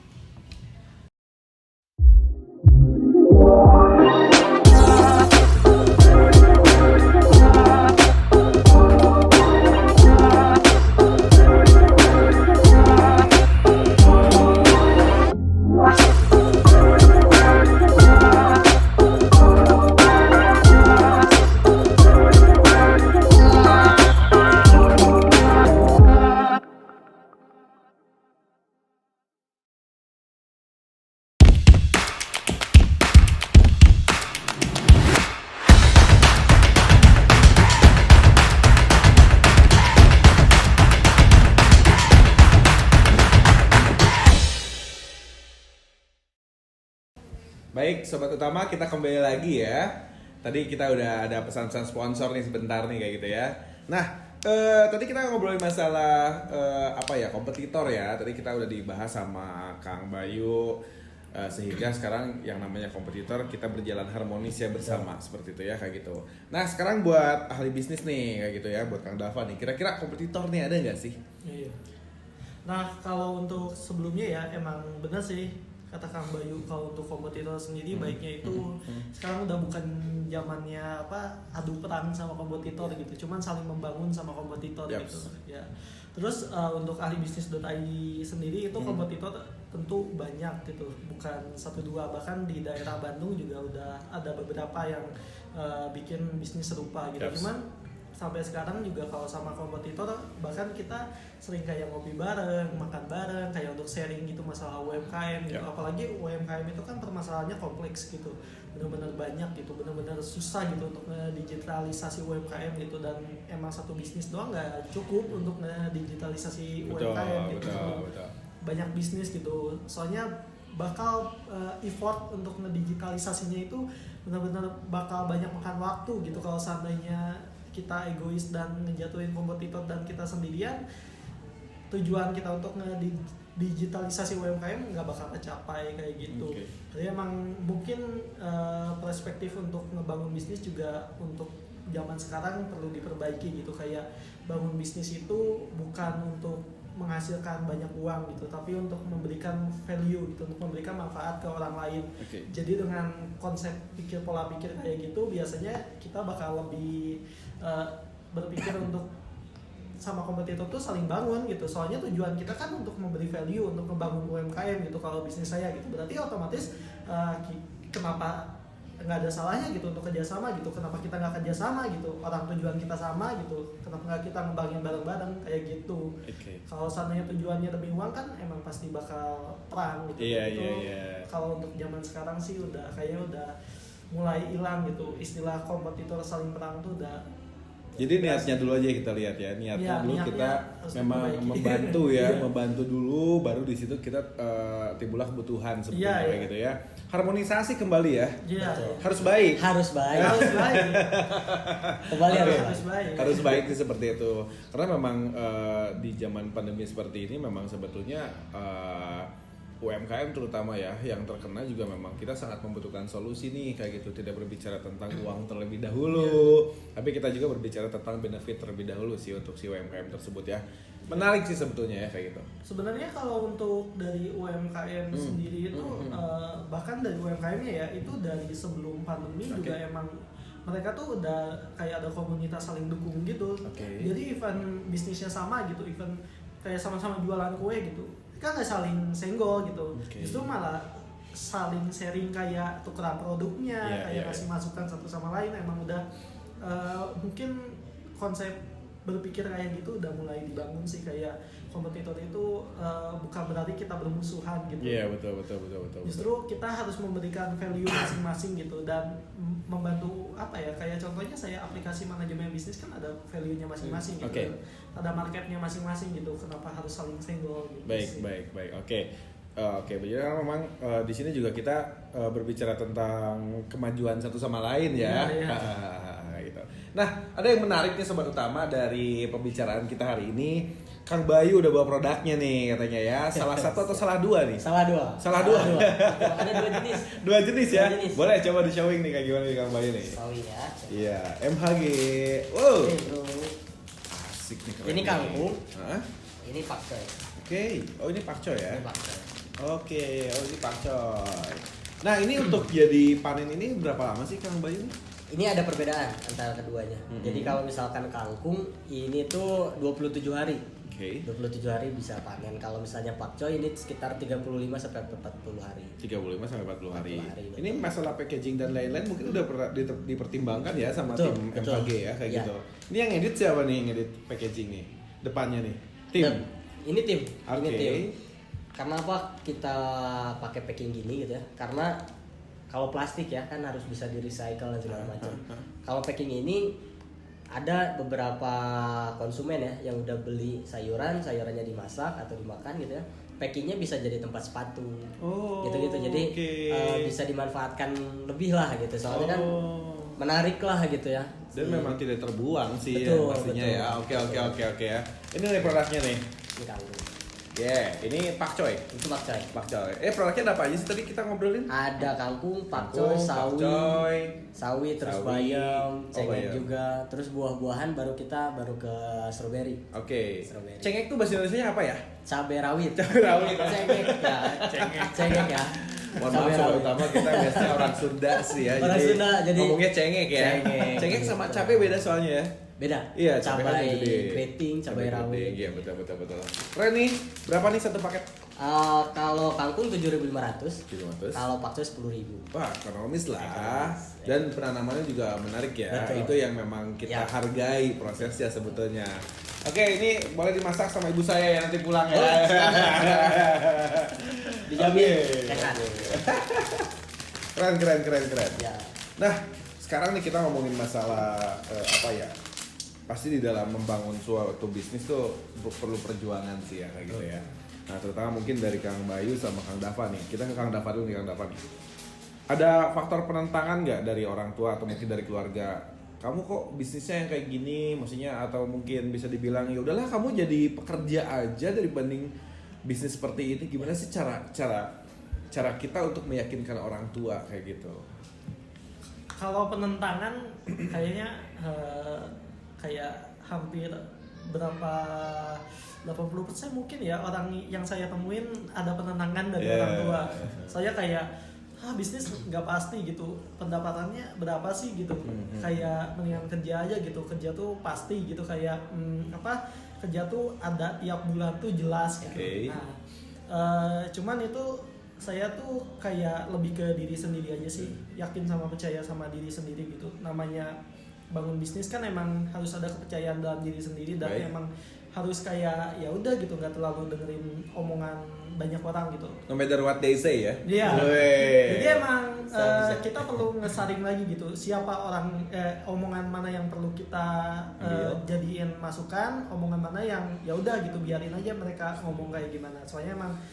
Baik, Sobat Utama, kita kembali lagi ya. Tadi kita udah ada pesan-pesan sponsor nih sebentar nih kayak gitu ya. Nah, tadi kita ngobrolin masalah kompetitor ya. Tadi kita udah dibahas sama Kang Bayu, sehingga sekarang yang namanya kompetitor kita berjalan harmonis ya bersama, seperti itu ya kayak gitu. Nah, sekarang buat ahli bisnis nih kayak gitu ya, buat Kang Dava nih. Kira-kira kompetitor nih ada nggak sih? Iya. Nah, kalau untuk sebelumnya ya emang benar sih kata Kang Bayu, kalau untuk kompetitor sendiri baiknya itu sekarang udah bukan zamannya adu perang sama kompetitor gitu, cuman saling membangun sama kompetitor gitu ya. Terus untuk ahli bisnis.id sendiri itu kompetitor tentu banyak gitu, bukan 1-2, bahkan di daerah Bandung juga udah ada beberapa yang bikin bisnis serupa gitu. Cuman sampai sekarang juga kalau sama kompetitor bahkan kita sering kayak ngopi bareng, makan bareng, kayak untuk sharing gitu masalah UMKM gitu. Apalagi UMKM itu kan permasalahannya kompleks gitu, benar-benar banyak gitu, benar-benar susah gitu untuk digitalisasi UMKM gitu. Dan emang satu bisnis doang nggak cukup untuk digitalisasi UMKM gitu. Betul. Banyak bisnis gitu, soalnya bakal effort untuk ngedigitalisasinya itu benar-benar bakal banyak makan waktu gitu. Kalau seandainya kita egois dan ngejatuhin kompetitor dan kita sendirian, tujuan kita untuk digitalisasi UMKM nggak bakal tercapai kayak gitu. Jadi emang mungkin perspektif untuk ngebangun bisnis juga untuk zaman sekarang perlu diperbaiki gitu. Kayak bangun bisnis itu bukan untuk menghasilkan banyak uang gitu, tapi untuk memberikan value gitu, untuk memberikan manfaat ke orang lain. Jadi dengan konsep pola pikir kayak gitu, biasanya kita bakal lebih berpikir untuk sama kompetitor tuh saling bangun gitu. Soalnya tujuan kita kan untuk memberi value, untuk membangun UMKM gitu. Kalau bisnis saya gitu, berarti otomatis kenapa nggak ada salahnya gitu untuk kerjasama gitu. Kenapa kita nggak kerjasama gitu? Orang tujuan kita sama gitu, kenapa nggak kita ngembangin bareng-bareng kayak gitu. Kalau seandainya tujuannya demi uang kan emang pasti bakal perang gitu. Kalau untuk zaman sekarang sih udah mulai hilang gitu istilah kompetitor saling perang tuh udah. Jadi niatnya dulu aja kita lihat ya, niatnya dulu kita memang membantu ya, membantu dulu, baru di situ kita timbullah kebutuhan sebetulnya kayak gitu ya. Harmonisasi kembali ya, harus baik. Harus baik sih seperti itu. Karena memang di zaman pandemi seperti ini memang sebetulnya UMKM terutama ya yang terkena juga memang kita sangat membutuhkan solusi nih kayak gitu, tidak berbicara tentang uang terlebih dahulu, tapi kita juga berbicara tentang benefit terlebih dahulu sih untuk si UMKM tersebut ya. Menarik sih sebetulnya ya kayak gitu. Sebenarnya kalau untuk dari UMKM sendiri itu bahkan dari UMKM-nya ya itu dari sebelum pandemi juga emang mereka tuh udah kayak ada komunitas saling dukung gitu. Jadi event bisnisnya sama gitu, event kayak sama-sama jualan kue gitu. Kan nggak saling senggol gitu, justru malah saling sharing kayak tukeran produknya, kayak kasih masukan satu sama lain. Emang udah mungkin konsep berpikir kayak gitu udah mulai dibangun sih, kayak kompetitor itu bukan berarti kita bermusuhan gitu. Iya betul. Justru kita harus memberikan value masing-masing gitu dan membantu apa ya, kayak contohnya saya aplikasi manajemen bisnis kan ada value-nya masing-masing gitu. Ada marketnya masing-masing gitu. Kenapa harus saling senggol gitu. Baik. Oke, jadi memang di sini juga kita berbicara tentang kemajuan satu sama lain ya. Gitu. Nah, ada yang menarik nih sobat utama dari pembicaraan kita hari ini. Kang Bayu udah bawa produknya nih katanya ya. Salah satu atau salah dua nih? Salah dua. Ada dua jenis. Dua jenis ya. Boleh coba di showing nih kayak gimana nih Kang Bayu nih. Sawi ya. Iya, MHG. Wow. Asik nih. Ini kangkung. Ini pakcoy. Oke. Oh ini pakcoy ya. Ini pakcoy. Oke. Oh ini pakcoy. Nah ini untuk jadi panen ini berapa lama sih Kang Bayu nih? Ini ada perbedaan antara keduanya. Jadi kalau misalkan kangkung ini tuh 27 hari. 27 hari bisa panen. Kalau misalnya pakcoy ini sekitar 35 sampai 40 hari. 35 sampai 40 hari. Ini masalah packaging dan lain-lain mungkin udah dipertimbangkan ya sama tim MHG ya kayak gitu. Ini yang edit siapa nih, yang edit packaging nih? Depannya nih. Tim. Ini tim. Ini tim. Karena apa kita pakai packing gini gitu ya? Karena kalau plastik ya kan harus bisa di recycle dan segala macam. Kalau packing ini ada beberapa konsumen ya yang udah beli sayurannya dimasak atau dimakan gitu ya. Packingnya bisa jadi tempat sepatu, gitu-gitu. Jadi bisa dimanfaatkan lebih lah gitu. Soalnya kan menarik lah gitu ya. Dan memang tidak terbuang sih ya, pastinya ya. Oke ya. Ini nih produknya nih. Ini kangkung. Ini pakcoy. Itu pakcoy. Produknya ada apa aja sih tadi kita ngobrolin? Ada kangkung, pakcoy, sawi, terus bayam, cengek juga, terus buah-buahan baru ke strawberry. Oke. Cengek tuh bahasa Indonesianya apa ya? Cabai rawit. Cengek ya. Mohon maaf sobat utama, kita biasanya orang Sunda sih ya. Jadi ngomongnya cengek ya. Cengek sama cabai beda soalnya ya. Beda. Iya, cabai keriting, cabai rawit. Iya, betul. Keren nih. Berapa nih satu paket? Kalau kangkung 7.500. Kalau pakcoy 10.000. Wah, ekonomis lah. Dan penanamannya juga menarik ya. Betul. Itu yang memang kita hargai prosesnya sebetulnya. Oke, ini boleh dimasak sama ibu saya ya nanti pulang ya. Dijamin sehat. Keren. Ya. Nah, sekarang nih kita ngomongin masalah apa ya? Pasti di dalam membangun suatu bisnis tuh perlu perjuangan sih ya kayak gitu ya. Nah terutama mungkin dari Kang Bayu sama Kang Dava nih. Kita ke Kang Dava dulu nih, Kang Dava nih. Ada faktor penentangan nggak dari orang tua atau mungkin dari keluarga? Kamu kok bisnisnya yang kayak gini, maksudnya atau mungkin bisa dibilang ya udahlah kamu jadi pekerja aja dibanding bisnis seperti ini. Gimana sih cara kita untuk meyakinkan orang tua kayak gitu? Kalau penentangan kayaknya kayak hampir berapa 80% mungkin ya orang yang saya temuin ada penentangan dari orang tua. Saya kayak bisnis nggak pasti gitu, pendapatannya berapa sih gitu, kayak mendingan kerja aja gitu, kerja tuh pasti gitu, kayak kerja tuh ada tiap bulan tuh jelas gitu. Nah cuman itu saya tuh kayak lebih ke diri sendiri aja sih, yakin sama percaya sama diri sendiri gitu. Namanya bangun bisnis kan emang harus ada kepercayaan dalam diri sendiri dan emang harus kayak ya udah gitu, nggak terlalu dengerin omongan banyak orang gitu. No matter what they say ya. Iya. Jadi emang kita perlu ngesaring lagi gitu. Siapa omongan mana yang perlu kita jadiin masukan, omongan mana yang ya udah gitu biarin aja mereka ngomong kayak gimana. Soalnya emang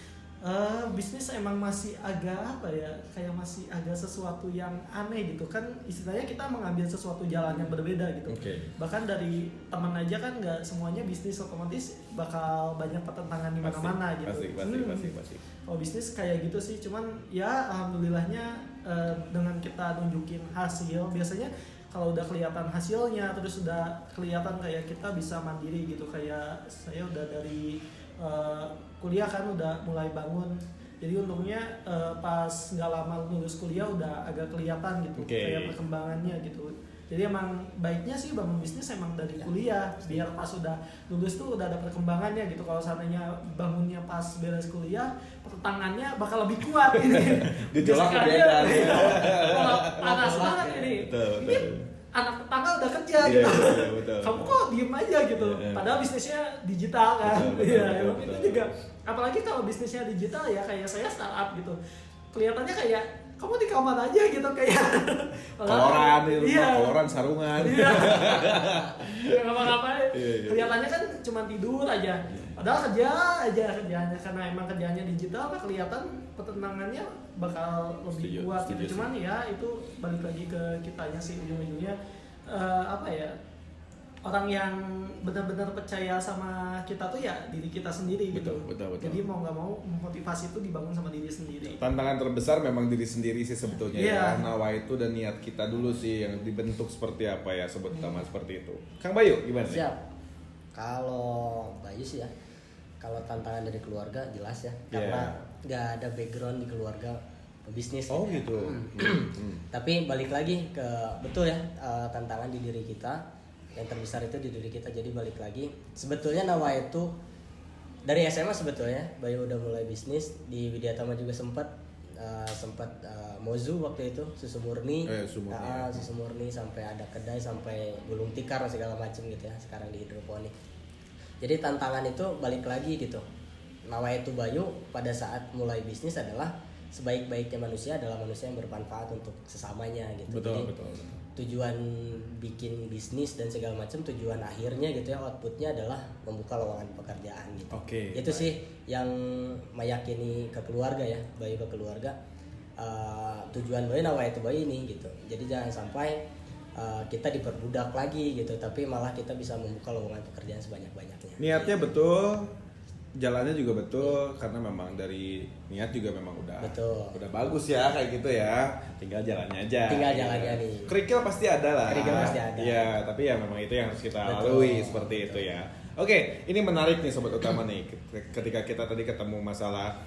Bisnis emang masih agak apa ya, kayak masih agak sesuatu yang aneh gitu kan, istilahnya kita mengambil sesuatu jalan yang berbeda gitu. Bahkan dari teman aja kan nggak semuanya bisnis otomatis bakal banyak pertentangan di mana-mana gitu. Pasti. Kalau bisnis kayak gitu sih, cuman ya alhamdulillahnya dengan kita nunjukin hasil, biasanya kalau udah kelihatan hasilnya, terus udah kelihatan kayak kita bisa mandiri gitu. Kayak saya udah dari kuliah kan udah mulai bangun, jadi untungnya pas nggak lama lulus kuliah udah agak kelihatan gitu kayak perkembangannya gitu. Jadi emang baiknya sih bangun bisnis emang dari kuliah, biar pas udah lulus tuh udah ada perkembangannya gitu. Kalau seandainya bangunnya pas beres kuliah, pertentangannya bakal lebih kuat ini. Ditolak kebedaannya. Kalau panas banget ini. Ini anak tetangga udah kerja gitu. Betul. Kamu kok diem aja gitu. Padahal bisnisnya digital kan. Iya, emang itu juga. Apalagi kalau bisnisnya digital ya kayak saya startup gitu. Kelihatannya kayak kamu di kamar aja gitu kayak koloran sarungan. Iya. Ngapa-ngapain. Kelihatannya kan cuma tidur aja. Padahal kerjanya karena emang kerjanya digital kan kelihatan pertentangannya bakal lebih kuat gitu. Cuman ya itu balik lagi ke kitanya sih ujung-ujungnya apa ya, orang yang benar-benar percaya sama kita tuh ya diri kita sendiri gitu. Betul. Jadi mau nggak mau motivasi itu dibangun sama diri sendiri. Tantangan terbesar memang diri sendiri sih sebetulnya ya. Nawa itu dan niat kita dulu sih yang dibentuk seperti apa ya sobat utama seperti itu. Kang Bayu gimana? Siap. Kalau Bayu sih ya, kalau tantangan dari keluarga jelas ya, karena nggak ada background di keluarga bisnis. Oh ya. Gitu. Tapi balik lagi ke betul ya, tantangan di diri kita yang terbesar itu di diri kita. Jadi balik lagi, sebetulnya Nawa itu dari SMA sebetulnya Bayu udah mulai bisnis. Di Widyatama juga sempat Mozu waktu itu, susu murni, susu murni sampai ada kedai, sampai gulung tikar segala macam gitu ya. Sekarang di hidroponik. Jadi tantangan itu balik lagi gitu. Nawa itu Bayu pada saat mulai bisnis adalah sebaik-baiknya manusia adalah manusia yang bermanfaat untuk sesamanya gitu. Betul. Tujuan bikin bisnis dan segala macam, tujuan akhirnya gitu ya, outputnya adalah membuka lowongan pekerjaan gitu. Itu sih yang meyakini ke keluarga ya, Bayu ke keluarga. Tujuan Bayu Nawa itu Bayu ini gitu. Jadi jangan sampai kita diperbudak lagi gitu, tapi malah kita bisa membuka lowongan pekerjaan sebanyak-banyaknya. Niatnya betul, jalannya juga betul, karena memang dari niat juga memang udah bagus ya kayak gitu ya. Tinggal jalannya aja. Nih. Kerikil pasti ada lah. Iya, tapi ya memang itu yang harus kita lalui seperti itu ya. Oke, ini menarik nih sobat utama nih. Ketika kita tadi ketemu masalah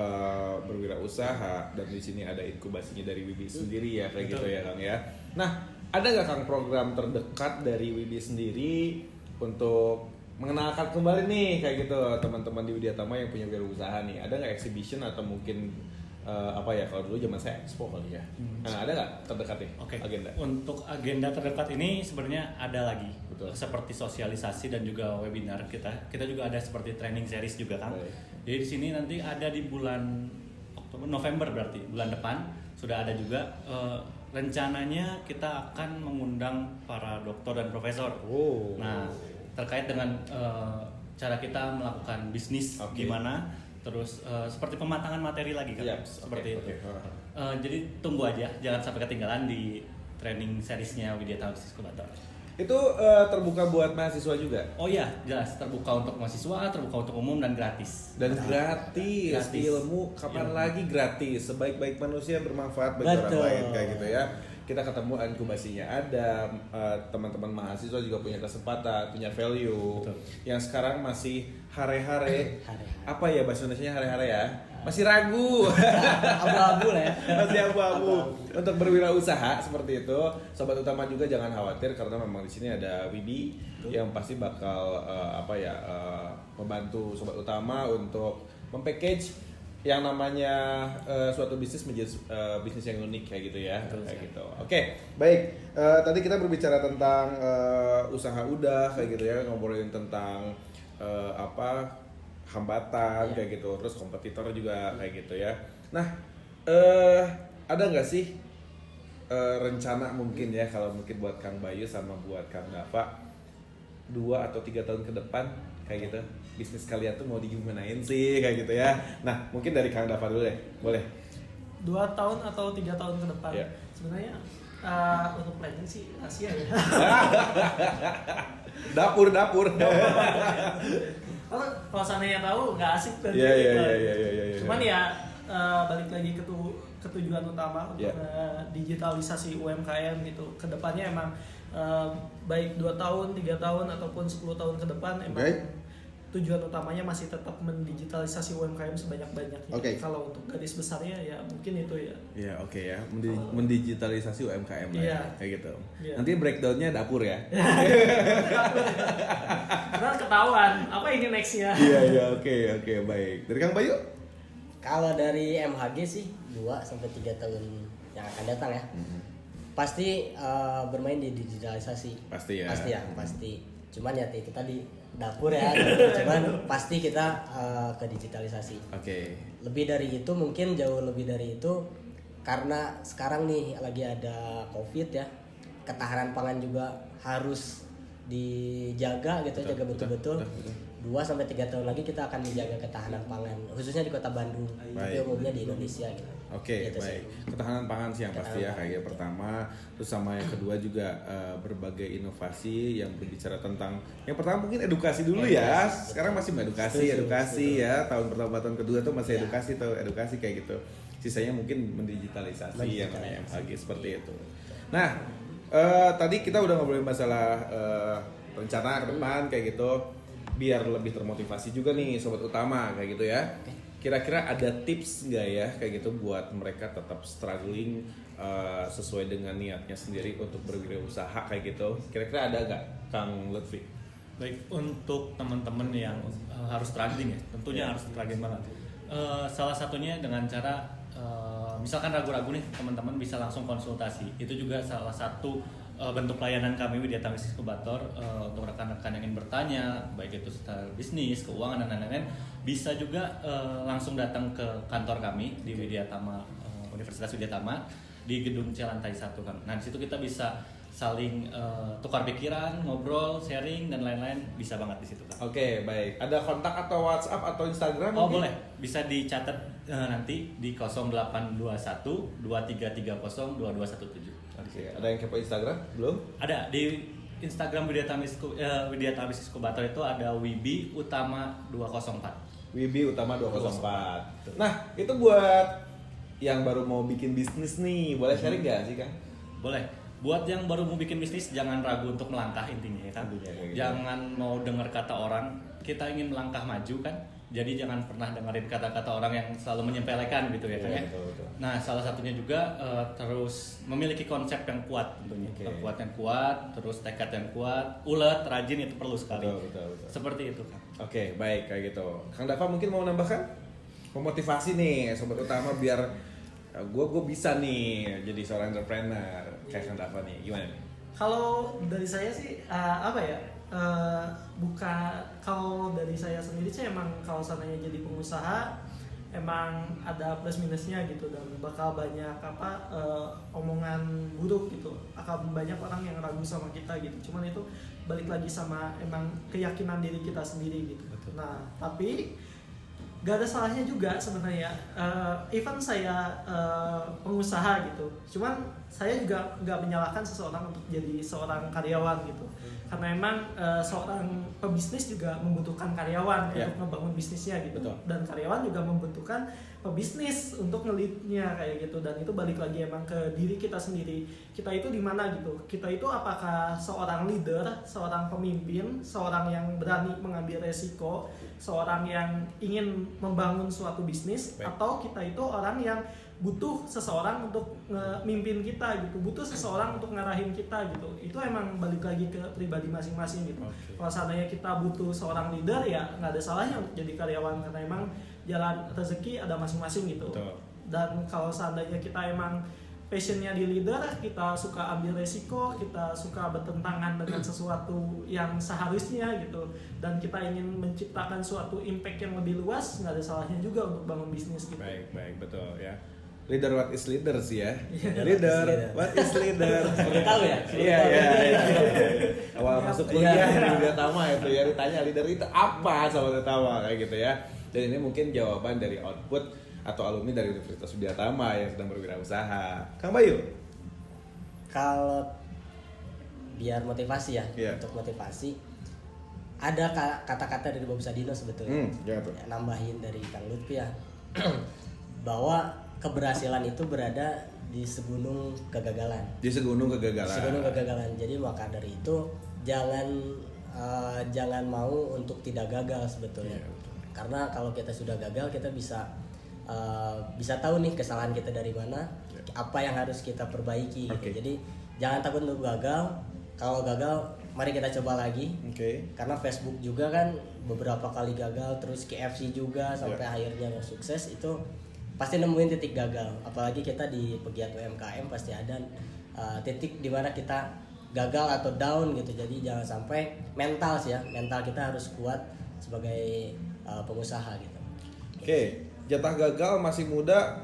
berwirausaha dan di sini ada inkubasinya dari Wibi sendiri ya kayak gitu ya Kang ya. Nah, ada nggak Kang program terdekat dari Wibi sendiri untuk mengenalkan kembali nih kayak gitu teman-teman di Widyatama yang punya wirausaha nih? Ada nggak exhibition atau mungkin apa ya, kalau dulu zaman saya expo kali ya. Nah, ada nggak terdekat nih agenda? Untuk agenda terdekat ini sebenarnya ada lagi. Seperti sosialisasi dan juga webinar kita juga ada seperti training series juga kan. Jadi di sini nanti ada di bulan November, berarti bulan depan sudah ada juga. Rencananya kita akan mengundang para dokter dan profesor. Nah, terkait dengan cara kita melakukan bisnis gimana, terus seperti pematangan materi lagi kan, seperti itu. Jadi tunggu aja, jangan sampai ketinggalan di training seriesnya Widyatama Business Incubator. Itu terbuka buat mahasiswa juga? Oh iya, jelas terbuka untuk mahasiswa, terbuka untuk umum dan gratis. Dan gratis. Ilmu kapan lagi gratis? Sebaik-baik manusia bermanfaat bagi orang lain kayak gitu ya. Kita ketemu inkubasinya ada, teman-teman mahasiswa juga punya kesempatan, punya value. Yang sekarang masih hare-hare. Apa ya bahasa Indonesianya hare-hare ya? Masih ragu. Abu-abu lah ya. Masih abu-abu untuk berwirausaha seperti itu. Sobat utama juga jangan khawatir karena memang di sini ada Wibi yang pasti bakal membantu sobat utama untuk mempackage yang namanya suatu bisnis menjadi bisnis yang unik kayak gitu ya. Gitu. Oke, baik. Tadi kita berbicara tentang usaha udah kayak gitu ya, ngobrolin tentang hambatan kayak gitu, terus kompetitor juga kayak gitu ya. Nah, ada nggak sih rencana mungkin ya, kalau mungkin buat Kang Bayu sama buat Kang Dava, 2 atau 3 tahun ke depan kayak gitu, bisnis kalian tuh mau digimanain sih kayak gitu ya. Nah mungkin dari Kang Dava dulu deh, boleh. 2 tahun atau 3 tahun ke depan. Yeah. Sebenarnya untuk planning sih Asia ya. dapur. Kalau seandainya tahu nggak asik kan. Iya. Cuman ya balik lagi ke tujuan utama untuk digitalisasi UMKM gitu. Kedepannya emang baik 2 tahun, 3 tahun ataupun 10 tahun ke depan emang tujuan utamanya masih tetap mendigitalisasi UMKM sebanyak-banyaknya. Kalau untuk garis besarnya ya mungkin itu ya. Iya, oke ya. Mendigitalisasi UMKM lah ya, kayak gitu. Yeah. Nanti breakdownnya dapur ya. Karena ketahuan apa ini nextnya. Iya, oke, baik. Dari Kang Bayu? Kalau dari MHG sih 2 sampai 3 tahun yang akan datang ya. Pasti bermain di digitalisasi. Pasti ya. Pasti. Cuman ya itu tadi dapur ya. Cuman pasti kita ke digitalisasi. Oke. Lebih dari itu, mungkin jauh lebih dari itu, karena sekarang nih lagi ada COVID ya. Ketahanan pangan juga harus dijaga gitu, jaga betul-betul. 2 sampai 3 tahun lagi kita akan menjaga ketahanan pangan, khususnya di Kota Bandung, tapi umumnya di Indonesia gitu. Oke, gitu baik. sih. Ketahanan pangan sih yang pasti ya, kayak pertama. Terus sama yang kedua juga berbagai inovasi yang berbicara tentang, yang pertama mungkin edukasi dulu ya. Sekarang masih edukasi ya. Tahun pertama, tahun kedua tuh masih edukasi kayak gitu. Sisanya mungkin mendigitalisasi yang namanya MHG seperti itu. Nah, tadi kita udah ngobrolin masalah rencana ke depan kayak gitu, biar lebih termotivasi juga nih sobat utama kayak gitu ya. Kira-kira ada tips nggak ya kayak gitu buat mereka tetap struggling sesuai dengan niatnya sendiri untuk berwirausaha kayak gitu? Kira-kira ada nggak, Kang Lutfi? Baik, untuk teman-teman yang harus struggling ya, tentunya harus struggling banget. Salah satunya dengan cara misalkan ragu-ragu nih, teman-teman bisa langsung konsultasi. Itu juga salah satu bentuk pelayanan kami Widya Tama Business Incubator untuk rekan-rekan yang ingin bertanya, baik itu seputar bisnis, keuangan dan lain-lain, bisa juga langsung datang ke kantor kami di Widya Tama, Universitas Widya Tama di gedung C lantai 1 kan. Nah di situ kita bisa saling tukar pikiran, ngobrol, sharing dan lain-lain, bisa banget di situ kan. Oke, baik. Ada kontak atau WhatsApp atau Instagram? Oh mungkin? boleh, bisa dicatat nanti di 0821 2330 2217. Oke, ada yang kepo Instagram? Belum? Ada di Instagram Widya Tama Business Incubator itu ada Wibi Utama 204. Wibi Utama 204. Nah, itu buat yang baru mau bikin bisnis nih, boleh sharing nggak sih, Kang? Boleh. Buat yang baru mau bikin bisnis, jangan ragu untuk melangkah intinya ya kan. Jangan mau dengar kata orang, kita ingin melangkah maju kan. Jadi jangan pernah dengerin kata-kata orang yang selalu menyepelekan gitu ya kan ya. Betul. Nah salah satunya juga terus memiliki konsep yang kuat tentunya. Kuat yang kuat, terus tekad yang kuat, ulet, rajin itu perlu sekali. Betul. Seperti itu kan. Oke, baik kayak gitu. Kang Dava mungkin mau nambahkan? Memotivasi nih sobat utama biar gue bisa nih jadi seorang entrepreneur kayak Kang Dava nih, gimana nih? Kalau dari saya sih kalau dari saya sendiri sih emang kalau seandainya jadi pengusaha emang ada plus minusnya gitu, dan bakal banyak omongan buruk gitu, akan banyak orang yang ragu sama kita gitu. Cuman itu balik lagi sama emang keyakinan diri kita sendiri gitu. Betul. Nah tapi gak ada salahnya juga sebenarnya, even saya pengusaha gitu, cuman saya juga nggak menyalahkan seseorang untuk jadi seorang karyawan gitu, karena emang seorang pebisnis juga membutuhkan karyawan untuk ngebangun bisnisnya gitu. Betul. Dan karyawan juga membutuhkan pebisnis untuk nge-lead-nya kayak gitu, dan itu balik lagi emang ke diri kita sendiri, kita itu di mana gitu, kita itu apakah seorang leader, seorang pemimpin, seorang yang berani mengambil resiko, seorang yang ingin membangun suatu bisnis. Baik. Atau kita itu orang yang butuh seseorang untuk mimpin kita gitu, butuh seseorang untuk ngarahin kita gitu. Itu emang balik lagi ke pribadi masing-masing gitu. Okay. Kalau seandainya kita butuh seorang leader ya nggak ada salahnya untuk jadi karyawan, karena emang jalan rezeki ada masing-masing gitu. Betul. Dan kalau seandainya kita emang passionnya di leader, kita suka ambil resiko, kita suka bertentangan dengan sesuatu yang seharusnya gitu, dan kita ingin menciptakan suatu impact yang lebih luas, nggak ada salahnya juga untuk bangun bisnis gitu. Baik, betul ya. Leader what is leader sih ya. Leader what is leader. Sudah tahu ya? Iya. Awal masuk masuk kuliah di Widyatama itu ya, ditanya leader itu apa sama Widyatama kayak gitu ya. Dan ini mungkin jawaban dari output atau alumni dari Universitas Widyatama yang sedang berwirausaha. Kang Bayu? Kalau biar motivasi ya, untuk motivasi ada kata-kata dari Bob Sadino sebetulnya. Ya, nambahin dari Kang Lutfi ya. Bahwa keberhasilan itu berada di segunung kegagalan. Di segunung kegagalan. Jadi maka dari itu jangan mau untuk tidak gagal sebetulnya. Karena kalau kita sudah gagal, kita bisa tahu nih kesalahan kita dari mana, apa yang harus kita perbaiki. Gitu. Jadi jangan takut untuk gagal. Kalau gagal, mari kita coba lagi. Karena Facebook juga kan beberapa kali gagal, terus KFC juga sampai akhirnya sukses, itu pasti nemuin titik gagal. Apalagi kita di pegiat UMKM pasti ada titik dimana kita gagal atau down gitu. Jadi jangan sampai mental kita harus kuat sebagai pengusaha gitu. Jatah gagal masih muda,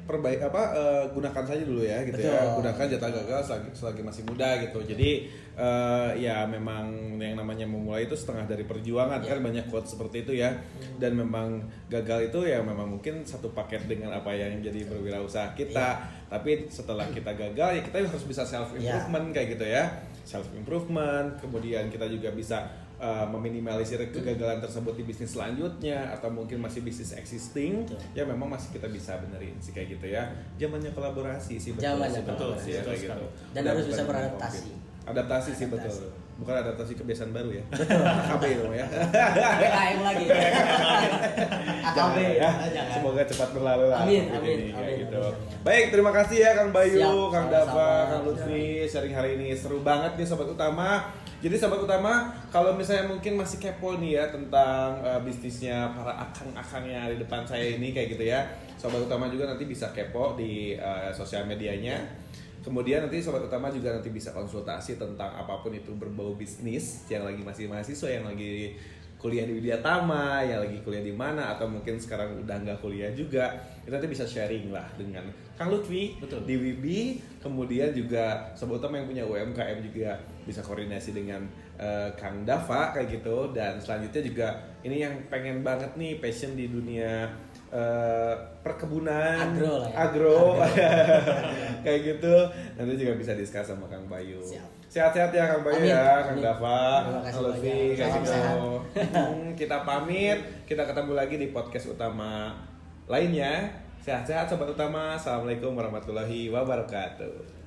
gunakan saja dulu ya gitu. Betul. Ya. Gunakan jatah gagal selagi masih muda gitu. Jadi ya memang yang namanya memulai itu setengah dari perjuangan kan, banyak quote seperti itu ya. Dan memang gagal itu ya memang mungkin satu paket dengan apa yang jadi berwirausaha kita. Tapi setelah kita gagal ya kita harus bisa self improvement kayak gitu ya. Self improvement, kemudian kita juga bisa meminimalisir kegagalan tersebut di bisnis selanjutnya, atau mungkin masih bisnis existing. Ya memang masih kita bisa benerin sih kayak gitu ya. Zamannya kolaborasi sih, betul sih ya, kayak gitu. Dan harus bisa beradaptasi. Adaptasi sih, betul. Bukan adaptasi kebiasaan baru ya. AKB dong ya. AKM lagi. AKB ya. Semoga cepat berlalu lah. Amin. Gitu. Baik, terima kasih ya Kang Bayu, Kang Dava, Kang Lutfi sharing hari ini. Seru banget nih Sobat Utama. Jadi Sobat Utama, kalau misalnya mungkin masih kepo nih ya tentang bisnisnya para akang-akang yang ada di depan saya ini kayak gitu ya. Sobat Utama juga nanti bisa kepo di sosial medianya. Kemudian nanti Sobat Utama juga nanti bisa konsultasi tentang apapun itu berbau bisnis, yang lagi masih mahasiswa, yang lagi kuliah di Widyatama, yang lagi kuliah di mana, atau mungkin sekarang udah nggak kuliah juga, kita nanti bisa sharing lah dengan Kang Lutfi di WIBI. Kemudian juga Sobat Utama yang punya UMKM juga bisa koordinasi dengan Kang Dava kayak gitu. Dan selanjutnya juga ini yang pengen banget nih passion di dunia perkebunan, agro. Kayak gitu, nanti juga bisa diskus sama Kang Bayu. Sehat-sehat ya Kang Bayu. Ya, Kang Dava, Kang Lutfi, kayak gitu. Kita pamit, kita ketemu lagi di podcast utama lainnya. Sehat-sehat Sobat Utama. Assalamualaikum warahmatullahi wabarakatuh.